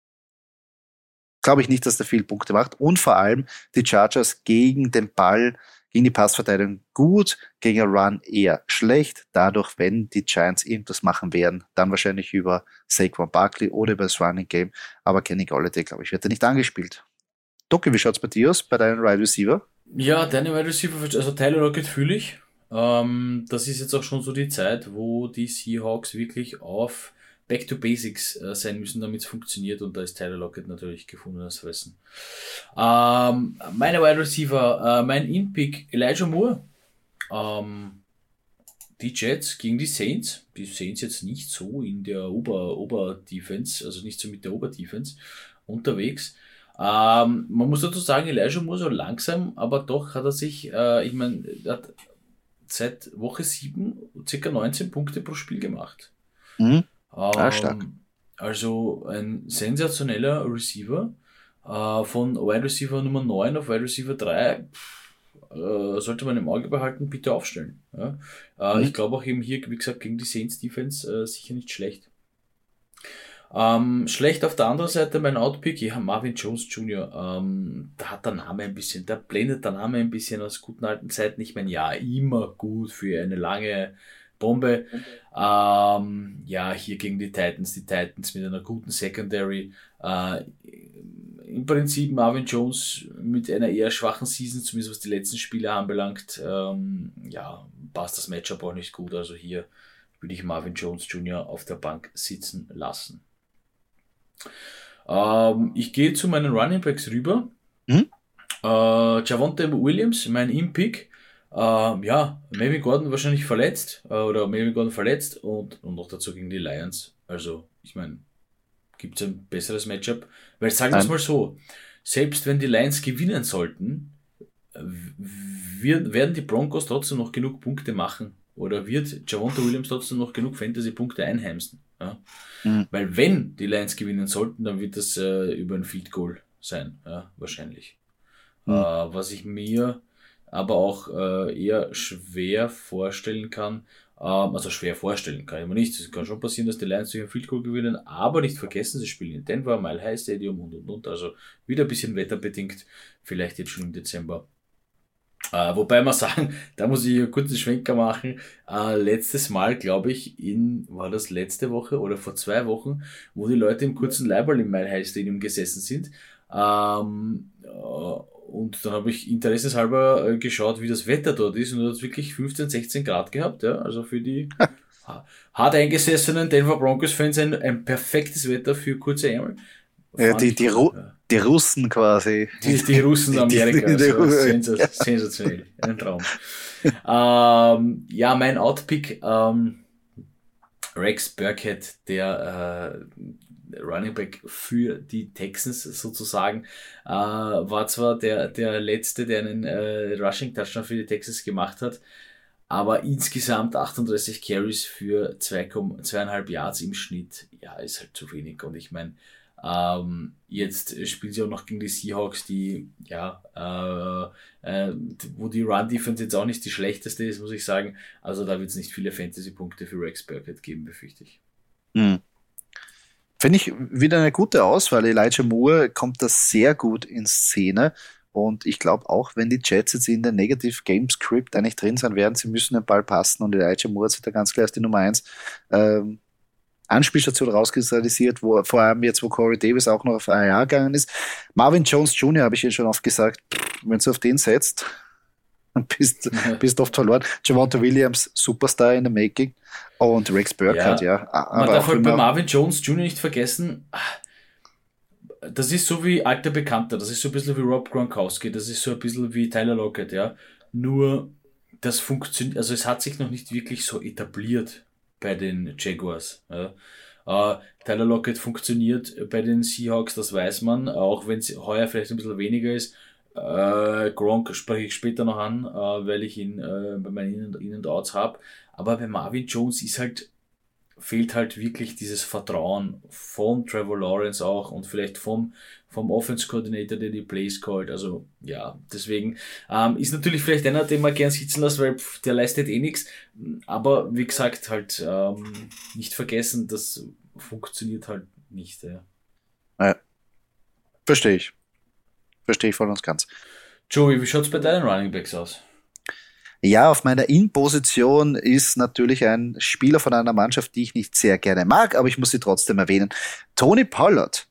glaube ich nicht, dass der viel Punkte macht. Und vor allem die Chargers gegen den Ball, gegen die Passverteidigung gut, gegen den Run eher schlecht. Dadurch, wenn die Giants irgendwas machen werden, dann wahrscheinlich über Saquon Barkley oder über das Running Game. Aber Kenny Golladay, glaube ich, wird er nicht angespielt. Doki, wie schaut's bei dir aus, bei deinen Wide Receiver? Ja, deine Wide Receiver, also Tyler Lockett fühle ich. Ähm, das ist jetzt auch schon so die Zeit, wo die Seahawks wirklich auf Back to Basics äh, sein müssen, damit es funktioniert, und da ist Tyler Lockett natürlich gefundenes Fressen. Ähm, meine Wide Receiver, äh, mein In-Pick Elijah Moore. Ähm, die Jets gegen die Saints. Die Saints jetzt nicht so in der Ober, Ober-Defense, also nicht so mit der Ober-Defense unterwegs. Ähm, man muss dazu sagen, Elijah Moore so langsam, aber doch hat er sich, äh, ich meine, er hat seit Woche sieben ca. neunzehn Punkte pro Spiel gemacht. Mhm. Ah, stark. Also ein sensationeller Receiver. Äh, von Wide Receiver Nummer neun auf Wide Receiver drei äh, sollte man im Auge behalten, bitte aufstellen. Ja? Äh, mhm. Ich glaube auch eben hier, wie gesagt, gegen die Saints Defense äh, sicher nicht schlecht. Ähm, schlecht auf der anderen Seite mein Outpick, ja, Marvin Jones Junior Ähm, da hat der Name ein bisschen, da blendet der Name ein bisschen aus guten alten Zeiten. Ich meine, ja, immer gut für eine lange Bombe. Ähm, ja, hier gegen die Titans, die Titans mit einer guten Secondary. Äh, Im Prinzip Marvin Jones mit einer eher schwachen Season, zumindest was die letzten Spiele anbelangt. Ähm, ja, passt das Matchup auch nicht gut. Also hier würde ich Marvin Jones Junior auf der Bank sitzen lassen. Ähm, ich gehe zu meinen Running Backs rüber. Mhm. Äh, Javonte Williams, mein In-Pick. Ähm, ja, Melvin Gordon wahrscheinlich verletzt, äh, oder Melvin Gordon verletzt und, und noch dazu gegen die Lions. Also, ich meine, gibt es ein besseres Matchup? Weil, sagen wir es mal so, selbst wenn die Lions gewinnen sollten, wird, werden die Broncos trotzdem noch genug Punkte machen. Oder wird Javonte Williams trotzdem noch genug Fantasy-Punkte einheimsen? Ja? Mhm. Weil wenn die Lions gewinnen sollten, dann wird das äh, über ein Field Goal sein, ja, wahrscheinlich. Mhm. Äh, was ich mir aber auch äh, eher schwer vorstellen kann, ähm, also schwer vorstellen kann ich mir nicht. Es kann schon passieren, dass die Lions durch ein Field Goal gewinnen, aber nicht vergessen, sie spielen in Denver, Mile High Stadium und und und, also wieder ein bisschen wetterbedingt, vielleicht jetzt schon im Dezember. Äh, wobei man sagen, da muss ich einen kurzen Schwenker machen, äh, letztes Mal, glaube ich, in, war das letzte Woche oder vor zwei Wochen, wo die Leute im kurzen Leiberl im Mile High Stadium gesessen sind, ähm, äh, und dann habe ich interesseshalber äh, geschaut, wie das Wetter dort ist, und da hat es wirklich fünfzehn, sechzehn Grad gehabt, ja, also für die hart eingesessenen Denver Broncos-Fans ein, ein perfektes Wetter für kurze Ärmel. Ja, die, die, Ru- ja. die Russen quasi. Die, die Russen Amerikas. Die, die, die, sensas- ja. Sensationell. Ein Traum. ähm, ja, mein Outpick, ähm, Rex Burkhead, der äh, Running Back für die Texans sozusagen, äh, war zwar der, der Letzte, der einen äh, Rushing Touchdown für die Texans gemacht hat, Aber insgesamt achtunddreißig Carries für zwei Komma zwei Yards im Schnitt, ja, ist halt zu wenig. Und ich meine, ähm, jetzt spielen sie auch noch gegen die Seahawks, die, ja, äh, äh, wo die Run-Defense jetzt auch nicht die schlechteste ist, muss ich sagen. Also da wird es nicht viele Fantasy-Punkte für Rex Burkhead geben, befürchte ich. Mhm. Finde ich wieder eine gute Auswahl. Elijah Moore kommt da sehr gut in Szene. Und ich glaube auch, wenn die Jets jetzt in der Negative Game Script eigentlich drin sein werden, sie müssen den Ball passen und Elijah Moore hat da ganz klar als die Nummer eins ähm, Anspielstation rauskristallisiert, wo vor allem jetzt, wo Corey Davis auch noch auf ein Jahr gegangen ist. Marvin Jones Junior habe ich ja schon oft gesagt, wenn du auf den setzt, dann bist, bist oft verloren. Javonte Williams, Superstar in the making und Rex Burkhead, ja. ja. Aber man darf halt bei Marvin Jones Junior nicht vergessen, das ist so wie alter Bekannter, das ist so ein bisschen wie Rob Gronkowski, das ist so ein bisschen wie Tyler Lockett, ja. Nur, das funktioniert, also es hat sich noch nicht wirklich so etabliert bei den Jaguars. Ja. Uh, Tyler Lockett funktioniert bei den Seahawks, das weiß man, auch wenn es heuer vielleicht ein bisschen weniger ist. Uh, Gronk spreche ich später noch an, uh, weil ich ihn uh, bei meinen In- und Outs habe. Aber bei Marvin Jones ist halt fehlt halt wirklich dieses Vertrauen von Trevor Lawrence auch und vielleicht vom, vom Offense Coordinator, der die Plays callt. Also ja, deswegen ähm, ist natürlich vielleicht einer, den man gern sitzen lässt, weil pff, der leistet eh nichts. Aber wie gesagt, halt ähm, nicht vergessen, das funktioniert halt nicht. Ja. Ja. Verstehe ich. Verstehe ich voll und ganz. Joey, wie schaut's bei deinen Running Backs aus? Ja, auf meiner In-Position ist natürlich ein Spieler von einer Mannschaft, die ich nicht sehr gerne mag, aber ich muss sie trotzdem erwähnen. Tony Pollard.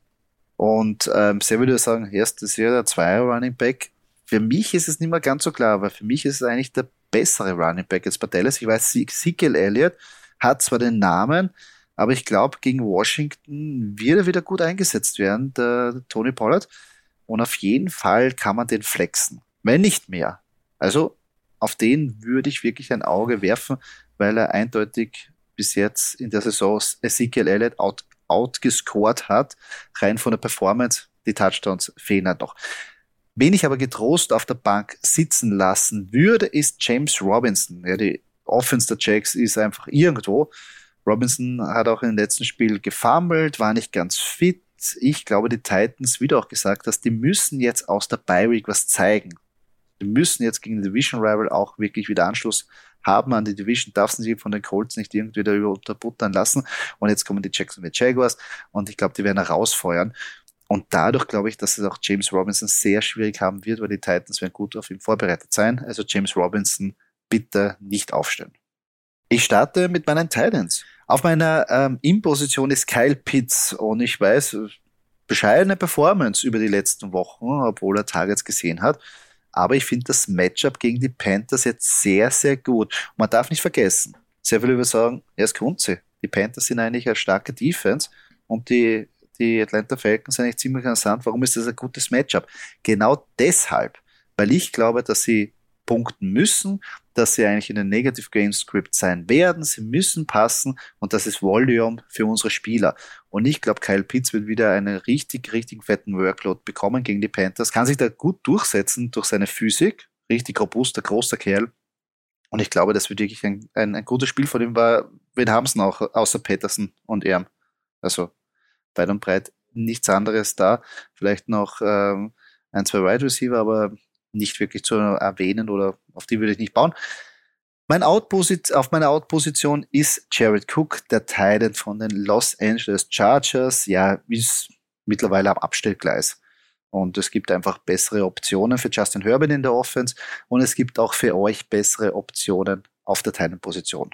Und ähm, sehr würde ich sagen, erstes Jahr der Zweier Running Back. Für mich ist es nicht mehr ganz so klar, aber für mich ist es eigentlich der bessere Running Back als bei Dallas. Ich weiß, Ezekiel Elliott hat zwar den Namen, aber ich glaube, gegen Washington wird er wieder gut eingesetzt werden, der, der Tony Pollard. Und auf jeden Fall kann man den flexen, wenn nicht mehr. Also auf den würde ich wirklich ein Auge werfen, weil er eindeutig bis jetzt in der Saison Ezekiel Elliott out, outgescored hat, rein von der Performance. Die Touchdowns fehlen halt noch. Wen ich aber getrost auf der Bank sitzen lassen würde, ist James Robinson. Ja, die Offense der Jacks ist einfach irgendwo. Robinson hat auch im letzten Spiel gefummelt, war nicht ganz fit. Ich glaube, die Titans, wie du auch gesagt hast, die müssen jetzt aus der Bye Week was zeigen. Die müssen jetzt gegen den Division Rival auch wirklich wieder Anschluss haben an die Division, darf sie von den Colts nicht irgendwie da über unterbuttern lassen. Und jetzt kommen die Jacksonville Jaguars und ich glaube, die werden herausfeuern. Und dadurch glaube ich, dass es auch James Robinson sehr schwierig haben wird, weil die Titans werden gut auf ihn vorbereitet sein. Also James Robinson bitte nicht aufstellen. Ich starte mit meinen Titans. Auf meiner ähm, In-Position ist Kyle Pitts und ich weiß, bescheidene Performance über die letzten Wochen, obwohl er Targets gesehen hat. Aber ich finde das Matchup gegen die Panthers jetzt sehr, sehr gut. Und man darf nicht vergessen, sehr viele würden sagen, er ist Grunze. Die Panthers sind eigentlich eine starke Defense und die, die Atlanta Falcons sind eigentlich ziemlich interessant. Warum ist das ein gutes Matchup? Genau deshalb, weil ich glaube, dass sie punkten müssen, dass sie eigentlich in einem Negative Game Script sein werden. Sie müssen passen und das ist Volume für unsere Spieler. Und ich glaube, Kyle Pitts wird wieder einen richtig, richtig fetten Workload bekommen gegen die Panthers. Kann sich da gut durchsetzen durch seine Physik. Richtig robuster, großer Kerl. Und ich glaube, das wird wirklich ein, ein, ein gutes Spiel von ihm war. Wen haben sie noch, außer Patterson und er? Also weit und breit nichts anderes da. Vielleicht noch ähm, ein, zwei Wide Receiver, aber nicht wirklich zu erwähnen oder auf die würde ich nicht bauen. Mein Outposit, auf meiner Out-Position ist Jared Cook, der Tight End von den Los Angeles Chargers. Ja, ist mittlerweile am Abstellgleis. Und es gibt einfach bessere Optionen für Justin Herbert in der Offense und es gibt auch für euch bessere Optionen auf der Tight End-Position.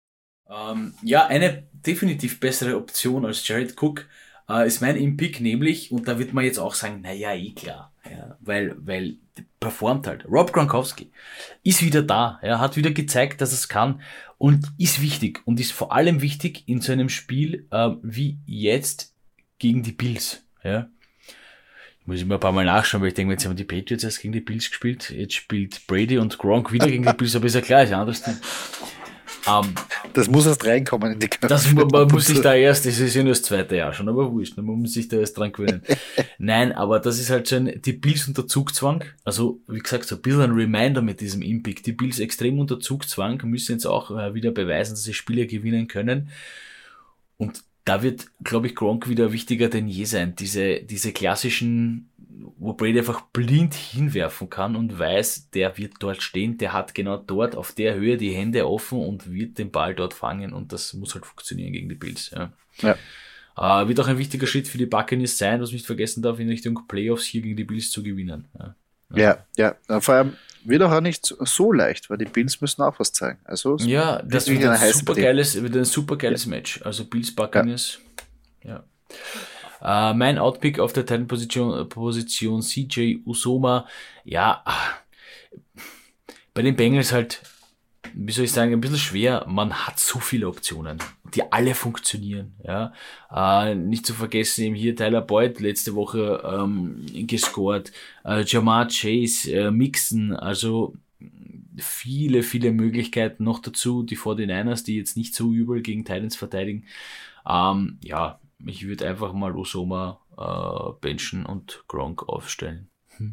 Ähm, ja, eine definitiv bessere Option als Jared Cook äh, ist mein In-Pick, nämlich, und da wird man jetzt auch sagen, naja, eh klar, ja, weil, weil performt halt. Rob Gronkowski ist wieder da, er hat wieder gezeigt, dass er es kann und ist wichtig und ist vor allem wichtig in so einem Spiel äh, wie jetzt gegen die Bills. Ja. Ich muss immer ein paar Mal nachschauen, weil ich denke, jetzt haben die Patriots erst gegen die Bills gespielt, jetzt spielt Brady und Gronk wieder gegen die Bills, aber ist ja klar, ist ja anders. Ähm, Das muss erst reinkommen in die Köpfe. Das, man, man muss sich da erst, das ist ja nur das zweite Jahr schon, aber wurscht, man muss sich da erst dran gewöhnen. Nein, aber das ist halt so ein, die Bills unter Zugzwang, also wie gesagt, so ein bisschen ein Reminder mit diesem Impact. Die Bills extrem unter Zugzwang, müssen jetzt auch äh, wieder beweisen, dass sie Spiele gewinnen können. Und da wird, glaube ich, Gronk wieder wichtiger denn je sein. Diese, diese klassischen, wo Brady einfach blind hinwerfen kann und weiß, der wird dort stehen, der hat genau dort auf der Höhe die Hände offen und wird den Ball dort fangen und das muss halt funktionieren gegen die Bills. Ja. Ja. Äh, wird auch ein wichtiger Schritt für die Buccaneers sein, was man nicht vergessen darf, in Richtung Playoffs hier gegen die Bills zu gewinnen. Ja, ja, ja. ja. Vor allem wird auch nicht so leicht, weil die Bills müssen auch was zeigen. Also ja, das wird ein super geiles, wird ein super geiles ja. Match. Also Bills Buccaneers. Ja. ja. Uh, mein Outpick auf der Titan-Position Position C J Uzomah. Ja, bei den Bengals halt, wie soll ich sagen, ein bisschen schwer. Man hat so viele Optionen, die alle funktionieren. Ja, uh, nicht zu vergessen eben hier Tyler Boyd letzte Woche ähm, gescored, uh, Jamar Chase, äh, Mixon, also viele, viele Möglichkeiten noch dazu. Die forty-niners, die jetzt nicht so übel gegen Titans verteidigen. Ähm, ja, ich würde einfach mal Uzomah äh, benchen und Gronk aufstellen. Hm.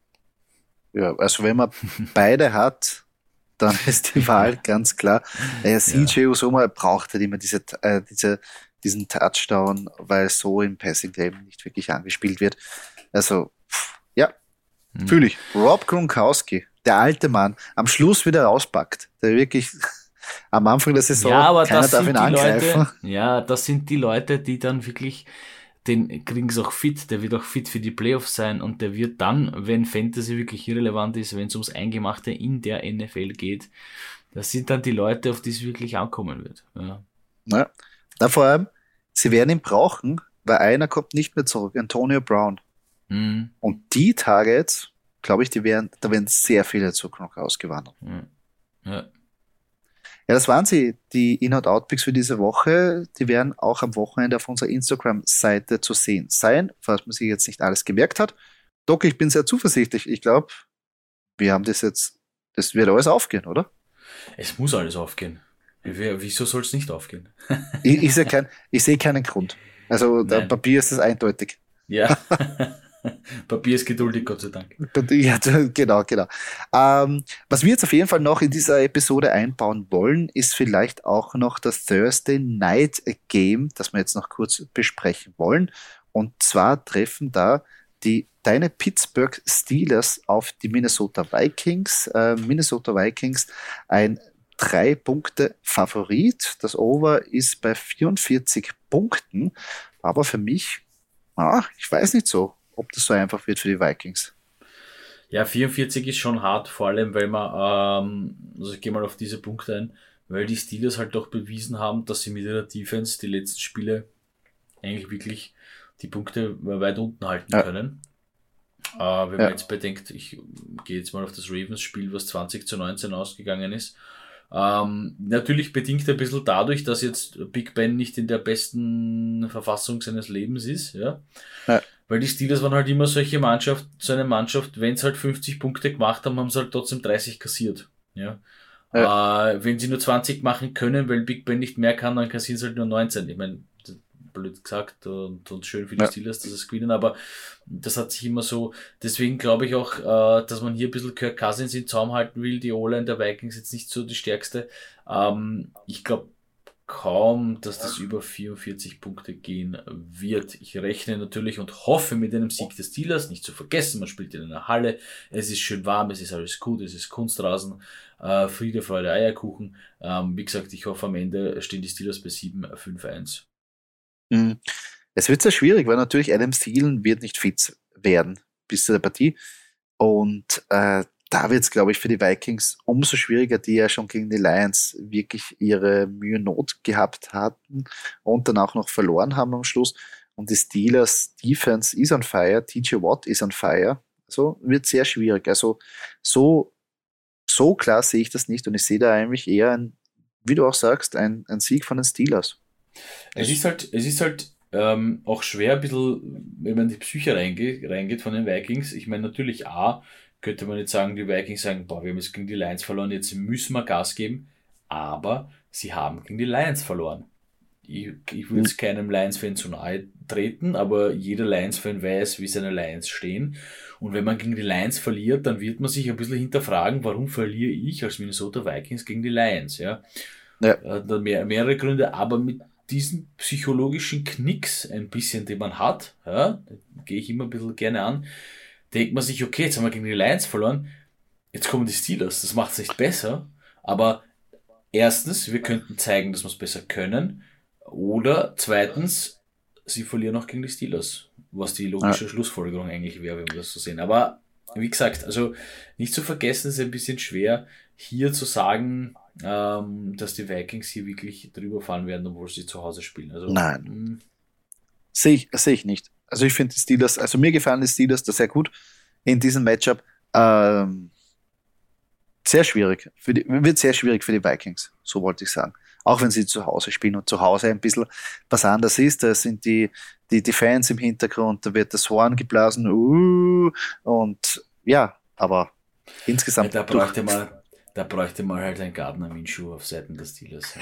Ja, also wenn man beide hat, dann ist die Wahl ganz klar. Äh, C J ja. Uzomah braucht halt immer diese, äh, diese, diesen Touchdown, weil so im Passing Game nicht wirklich angespielt wird. Also, pff, ja, hm. fühle ich. Rob Gronkowski, der alte Mann, am Schluss wieder rauspackt, der wirklich am Anfang der Saison, ja, aber keiner das darf sind ihn die angreifen. Leute, ja, das sind die Leute, die dann wirklich, den kriegen es auch fit, der wird auch fit für die Playoffs sein und der wird dann, wenn Fantasy wirklich irrelevant ist, wenn es ums Eingemachte in der N F L geht, das sind dann die Leute, auf die es wirklich ankommen wird. Ja. Ja. Na, vor allem, sie werden ihn brauchen, weil einer kommt nicht mehr zurück, Antonio Brown. Mhm. Und die Targets, glaube ich, die werden, da werden sehr viele zu noch ausgewandert. Ja. Ja. Ja, das waren sie, die In- und Outpicks für diese Woche. Die werden auch am Wochenende auf unserer Instagram-Seite zu sehen sein, falls man sich jetzt nicht alles gemerkt hat. Doc, ich bin sehr zuversichtlich. Ich glaube, wir haben das jetzt, das wird alles aufgehen, oder? Es muss alles aufgehen. Wieso soll es nicht aufgehen? ich ich sehe kein, ich seh keinen Grund. Also, der Papier ist das eindeutig. Ja. Papier ist geduldig, Gott sei Dank. Ja, genau, genau. Ähm, was wir jetzt auf jeden Fall noch in dieser Episode einbauen wollen, ist vielleicht auch noch das Thursday Night Game, das wir jetzt noch kurz besprechen wollen. Und zwar treffen da die deine Pittsburgh Steelers auf die Minnesota Vikings. Äh, Minnesota Vikings ein drei Punkte Favorit. Das Over ist bei vierundvierzig Punkten. Aber für mich, ah, ich weiß nicht so, ob das so einfach wird für die Vikings. Ja, vierundvierzig ist schon hart, vor allem, weil man, ähm, also ich gehe mal auf diese Punkte ein, weil die Steelers halt doch bewiesen haben, dass sie mit ihrer Defense die letzten Spiele eigentlich wirklich die Punkte weit unten halten ja. können. Äh, wenn man ja. jetzt bedenkt, ich gehe jetzt mal auf das Ravens-Spiel, was zwanzig zu neunzehn ausgegangen ist. Ähm, natürlich bedingt ein bisschen dadurch, dass jetzt Big Ben nicht in der besten Verfassung seines Lebens ist, ja. ja. Weil die Steelers waren halt immer solche Mannschaft, so eine Mannschaft, wenn sie halt fünfzig Punkte gemacht haben, haben sie halt trotzdem dreißig kassiert. Ja. ja. Äh, wenn sie nur zwanzig machen können, weil Big Ben nicht mehr kann, dann kassieren sie halt nur neunzehn. Ich meine, blöd gesagt und, und schön für die ja. Steelers, dass es gewinnen, aber das hat sich immer so, deswegen glaube ich auch, äh, dass man hier ein bisschen Kirk Cousins in den Zaum halten will, die O-Line der Vikings jetzt nicht so die stärkste. Ähm, ich glaube kaum, dass das über vierundvierzig Punkte gehen wird. Ich rechne natürlich und hoffe mit einem Sieg des Steelers, nicht zu vergessen, man spielt in einer Halle, es ist schön warm, es ist alles gut, es ist Kunstrasen, äh, Friede, Freude, Eierkuchen. Ähm, wie gesagt, ich hoffe am Ende stehen die Steelers bei sieben fünf eins. Es wird sehr schwierig, weil natürlich Adam Thielen wird nicht fit werden bis zu der Partie und äh, da wird es, glaube ich, für die Vikings umso schwieriger, die ja schon gegen die Lions wirklich ihre Mühe Not gehabt hatten und dann auch noch verloren haben am Schluss. Und die Steelers Defense is on fire, T J Watt is on fire. Also wird sehr schwierig. Also so, so klar sehe ich das nicht und ich sehe da eigentlich eher, ein, wie du auch sagst, ein, ein Sieg von den Steelers. Es ist halt, es ist halt ähm, auch schwer, ein bisschen, wenn man in die Psyche reingeht, reingeht von den Vikings. Ich meine, natürlich A, könnte man jetzt sagen, die Vikings sagen, boah, wir haben jetzt gegen die Lions verloren, jetzt müssen wir Gas geben. Aber sie haben gegen die Lions verloren. Ich, ich will jetzt keinem Lions-Fan zu nahe treten, aber jeder Lions-Fan weiß, wie seine Lions stehen. Und wenn man gegen die Lions verliert, dann wird man sich ein bisschen hinterfragen, warum verliere ich als Minnesota Vikings gegen die Lions, ja. Ja. Äh, mehr, mehrere Gründe, aber mit diesen psychologischen Knicks ein bisschen, den man hat, ja, gehe ich immer ein bisschen gerne an, denkt man sich, okay, jetzt haben wir gegen die Lions verloren, jetzt kommen die Steelers, das macht es nicht besser, aber erstens, wir könnten zeigen, dass wir es besser können, oder zweitens, sie verlieren auch gegen die Steelers, was die logische ja. Schlussfolgerung eigentlich wäre, wenn wir das so sehen. Aber wie gesagt, also nicht zu vergessen, es ist ein bisschen schwer, hier zu sagen, ähm, dass die Vikings hier wirklich drüber fahren werden, obwohl sie zu Hause spielen. Also, Nein. Sehe ich, sehe ich nicht. Also ich finde die Steelers, also mir gefallen die Steelers da sehr gut in diesem Matchup. Ähm, sehr schwierig. Für die, wird sehr schwierig für die Vikings, so wollte ich sagen. Auch wenn sie zu Hause spielen und zu Hause ein bisschen was anderes ist, da sind die, die, die Fans im Hintergrund, da wird das Horn geblasen, uh, und ja, aber insgesamt. Ja, da bräuchte man, da bräuchte man halt ein Gardner Minshew auf Seiten des Steelers.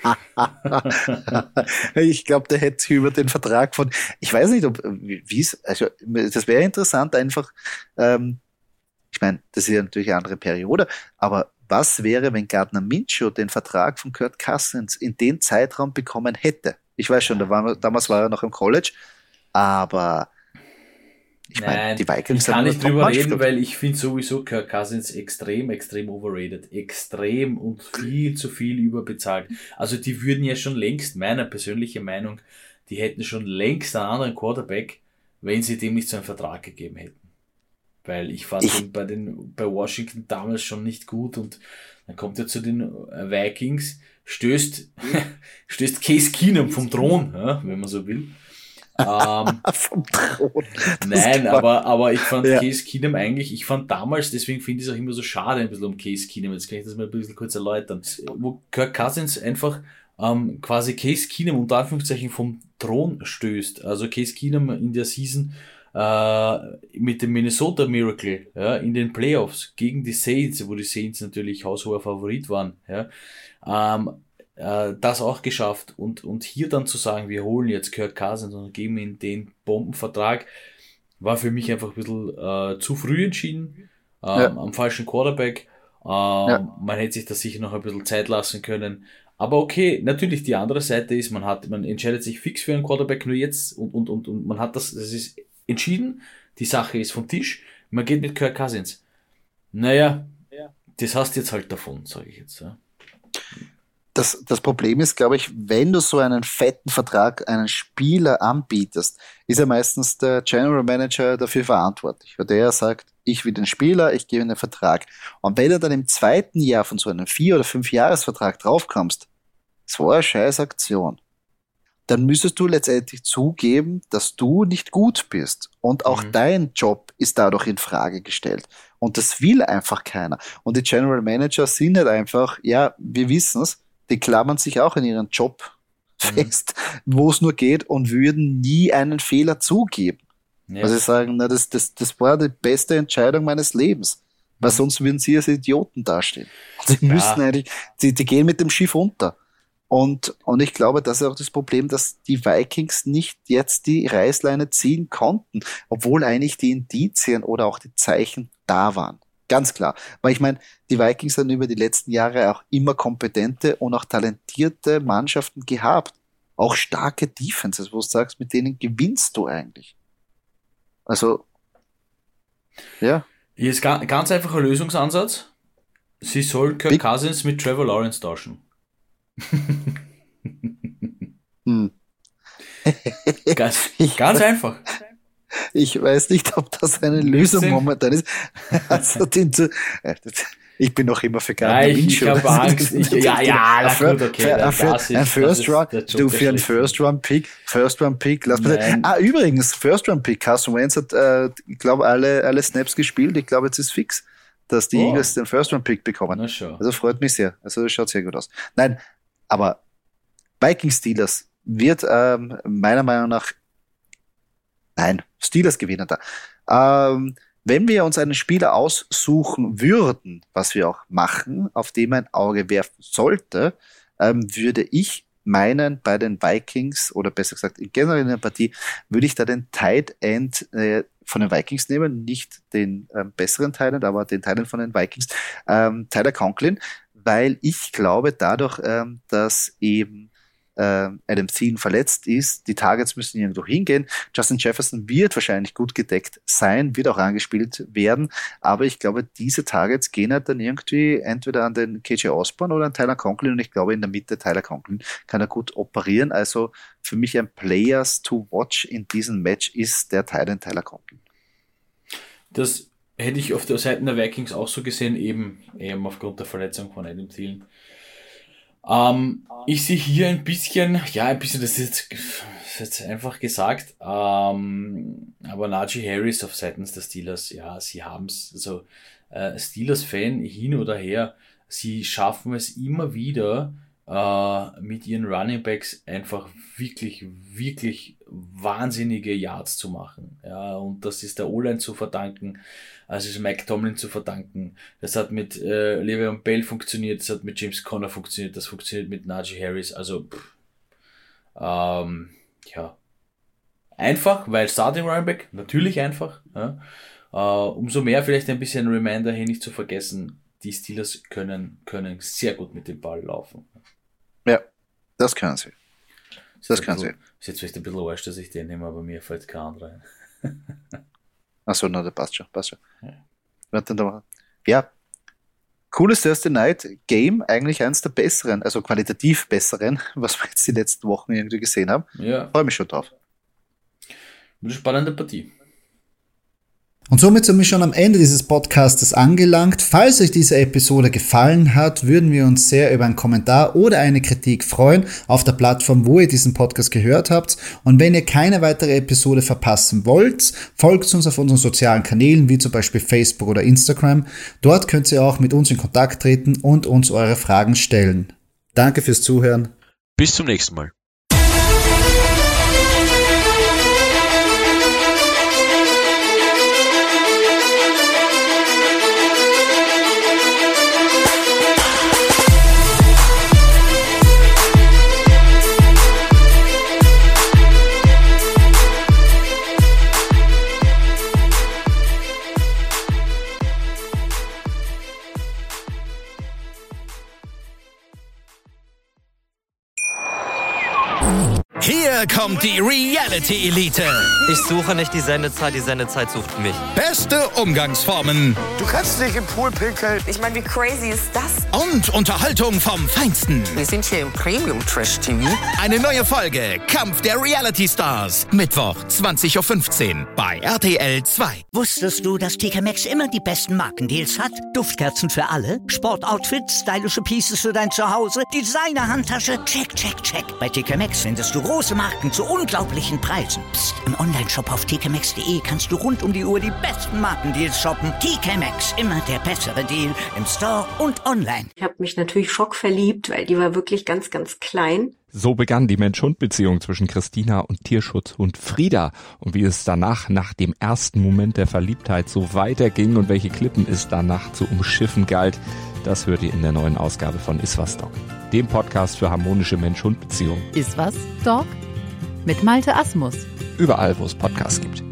Ich glaube, der hätte über den Vertrag von, ich weiß nicht, ob, wie es, also, das wäre interessant einfach, ähm, ich meine, das ist ja natürlich eine andere Periode, aber was wäre, wenn Gardner Minshew den Vertrag von Kirk Cousins in den Zeitraum bekommen hätte? Ich weiß schon, da war, damals war er noch im College, aber ich meine, die Vikings ich kann nicht drüber reden, weil ich finde sowieso Kirk Cousins extrem, extrem overrated, extrem und viel zu viel überbezahlt. Also die würden ja schon längst, meiner persönlichen Meinung, die hätten schon längst einen anderen Quarterback, wenn sie dem nicht so einen Vertrag gegeben hätten. Weil ich fand ich, ihn bei den bei Washington damals schon nicht gut und dann kommt er zu den Vikings, stößt stößt Case Keenum vom Thron, ja, wenn man so will. Ähm, vom Thron. Nein, aber aber ich fand ja. Case Keenum eigentlich, ich fand damals, deswegen finde ich es auch immer so schade ein bisschen um Case Keenum, jetzt kann ich das mal ein bisschen kurz erläutern, wo Kirk Cousins einfach ähm, quasi Case Keenum unter Anführungszeichen vom Thron stößt. Also Case Keenum in der Season mit dem Minnesota Miracle, ja, in den Playoffs gegen die Saints, wo die Saints natürlich haushoher Favorit waren, ja, ähm, äh, das auch geschafft und, und hier dann zu sagen, wir holen jetzt Kirk Cousins und geben ihm den Bombenvertrag, war für mich einfach ein bisschen äh, zu früh entschieden, ähm, ja. am falschen Quarterback, ähm, ja. man hätte sich das sicher noch ein bisschen Zeit lassen können. Aber okay, natürlich die andere Seite ist, man hat, man entscheidet sich fix für einen Quarterback nur jetzt und, und, und, und man hat das, das ist entschieden, die Sache ist vom Tisch, man geht mit Kirk Cousins. Naja, ja. das hast jetzt halt davon, sage ich jetzt. Ja. Das, das Problem ist, glaube ich, wenn du so einen fetten Vertrag einen Spieler anbietest, ist ja meistens der General Manager dafür verantwortlich, weil der sagt, ich will den Spieler, ich gebe ihm den Vertrag. Und wenn du dann im zweiten Jahr von so einem Vier- oder Fünf-Jahres-Vertrag draufkommst, das war eine scheiß Aktion. Dann müsstest du letztendlich zugeben, dass du nicht gut bist. Und auch mhm. dein Job ist dadurch in Frage gestellt. Und das will einfach keiner. Und die General Manager sind nicht einfach, ja, wir wissen es, die klammern sich auch in ihren Job mhm. fest, wo es nur geht und würden nie einen Fehler zugeben. Ja. Weil sie sagen, na, das, das, das war die beste Entscheidung meines Lebens. Weil mhm. sonst würden sie als Idioten dastehen. Sie ja. müssen eigentlich, die, die gehen mit dem Schiff unter. Und, und ich glaube, das ist auch das Problem, dass die Vikings nicht jetzt die Reißleine ziehen konnten, obwohl eigentlich die Indizien oder auch die Zeichen da waren. Ganz klar. Weil ich meine, die Vikings haben über die letzten Jahre auch immer kompetente und auch talentierte Mannschaften gehabt. Auch starke Defenses, wo du sagst, mit denen gewinnst du eigentlich. Also, ja. Hier ist ga- ganz einfacher Lösungsansatz. Sie soll Kirk Cousins mit Trevor Lawrence tauschen. hm. Ganz, ganz einfach. Ich weiß nicht, ob das eine Lösung Sinn. momentan ist. Also den zu, ich bin noch immer für Gardner Minshew. Ich habe Angst. Ich, ja, ja, na gut, okay. Ein First Round, du für einen First Round Pick, First Round Pick, lass mal. Ah, übrigens, First Round Pick, Carson Wentz hat, äh, ich glaube, alle, alle Snaps gespielt. Ich glaube, jetzt ist fix, dass die oh. Eagles den First Round Pick bekommen. Also freut mich sehr. Also das schaut sehr gut aus. Nein, aber Vikings Steelers wird ähm, meiner Meinung nach, nein, Steelers gewinnen da. Ähm, wenn wir uns einen Spieler aussuchen würden, was wir auch machen, auf den man ein Auge werfen sollte, ähm, würde ich meinen, bei den Vikings, oder besser gesagt generell in der Partie, würde ich da den Tight End äh, von den Vikings nehmen, nicht den ähm, besseren Tight End, aber den Tight End von den Vikings, ähm, Tyler Conklin, weil ich glaube dadurch, ähm, dass eben ähm, Adam Thielen verletzt ist, die Targets müssen irgendwo hingehen. Justin Jefferson wird wahrscheinlich gut gedeckt sein, wird auch angespielt werden, aber ich glaube, diese Targets gehen halt dann irgendwie entweder an den K J Osborne oder an Tyler Conklin, und ich glaube, in der Mitte Tyler Conklin kann er gut operieren. Also für mich ein Players to watch in diesem Match ist der Tight End Tyler Conklin. Das hätte ich auf der Seite der Vikings auch so gesehen, eben, eben aufgrund der Verletzung von Adam Thielen. Ähm, ich sehe hier ein bisschen, ja, ein bisschen, das ist jetzt, das ist jetzt einfach gesagt, ähm, aber Najee Harris auf seitens der Steelers, ja, sie haben es, also äh, Steelers-Fan hin oder her, sie schaffen es immer wieder, äh, mit ihren Running Backs einfach wirklich, wirklich wahnsinnige Yards zu machen. Ja, und das ist der O-Line zu verdanken, also ist Mike Tomlin zu verdanken. Das hat mit äh, Le'Veon Bell funktioniert, das hat mit James Conner funktioniert, das funktioniert mit Najee Harris. Also, pff, ähm, ja, einfach, weil Starting Running Back, natürlich einfach. Ja. Äh, umso mehr vielleicht ein bisschen Reminder hier nicht zu vergessen, die Steelers können, können sehr gut mit dem Ball laufen. Ja, das können sie. Das können sie. Ist jetzt vielleicht ein bisschen arsch, dass ich den nehme, aber mir fällt kein anderer ein. Achso, na, der passt schon, passt schon. Ja. ja, cooles Thursday Night Game, eigentlich eines der besseren, also qualitativ besseren, was wir jetzt die letzten Wochen irgendwie gesehen haben. Ja. Freue mich schon drauf. Eine spannende Partie. Und somit sind wir schon am Ende dieses Podcastes angelangt. Falls euch diese Episode gefallen hat, würden wir uns sehr über einen Kommentar oder eine Kritik freuen auf der Plattform, wo ihr diesen Podcast gehört habt. Und wenn ihr keine weitere Episode verpassen wollt, folgt uns auf unseren sozialen Kanälen, wie zum Beispiel Facebook oder Instagram. Dort könnt ihr auch mit uns in Kontakt treten und uns eure Fragen stellen. Danke fürs Zuhören. Bis zum nächsten Mal. Hier kommt die Reality Elite. Ich suche nicht die Sendezeit, die Sendezeit sucht mich. Beste Umgangsformen Du kannst nicht im Pool pinkeln. Ich meine, wie crazy ist das? und Unterhaltung vom Feinsten. Wir sind hier im Premium Trash T V. Eine neue Folge Kampf der Reality Stars. Mittwoch, zwanzig Uhr fünfzehn bei R T L zwei. Wusstest du, dass T K Maxx immer die besten Markendeals hat? Duftkerzen für alle, Sportoutfits, stylische Pieces für dein Zuhause, Designer-Handtasche, check, check, check. Bei T K Maxx findest du große Marken zu unglaublichen Preisen. Psst. im Onlineshop auf t k maxx punkt d e kannst du rund um die Uhr die besten Markendeals shoppen. T K Maxx, immer der bessere Deal im Store und online. Ich habe mich natürlich schockverliebt, weil die war wirklich ganz, ganz klein. So begann die Mensch-Hund-Beziehung zwischen Christina und Tierschutzhund Frieda. Und wie es danach, nach dem ersten Moment der Verliebtheit, so weiterging und welche Klippen es danach zu umschiffen galt, das hört ihr in der neuen Ausgabe von Iswas Dog, dem Podcast für harmonische Mensch-Hund-Beziehungen. Iswas Dog? Mit Malte Asmus. Überall, wo es Podcasts gibt.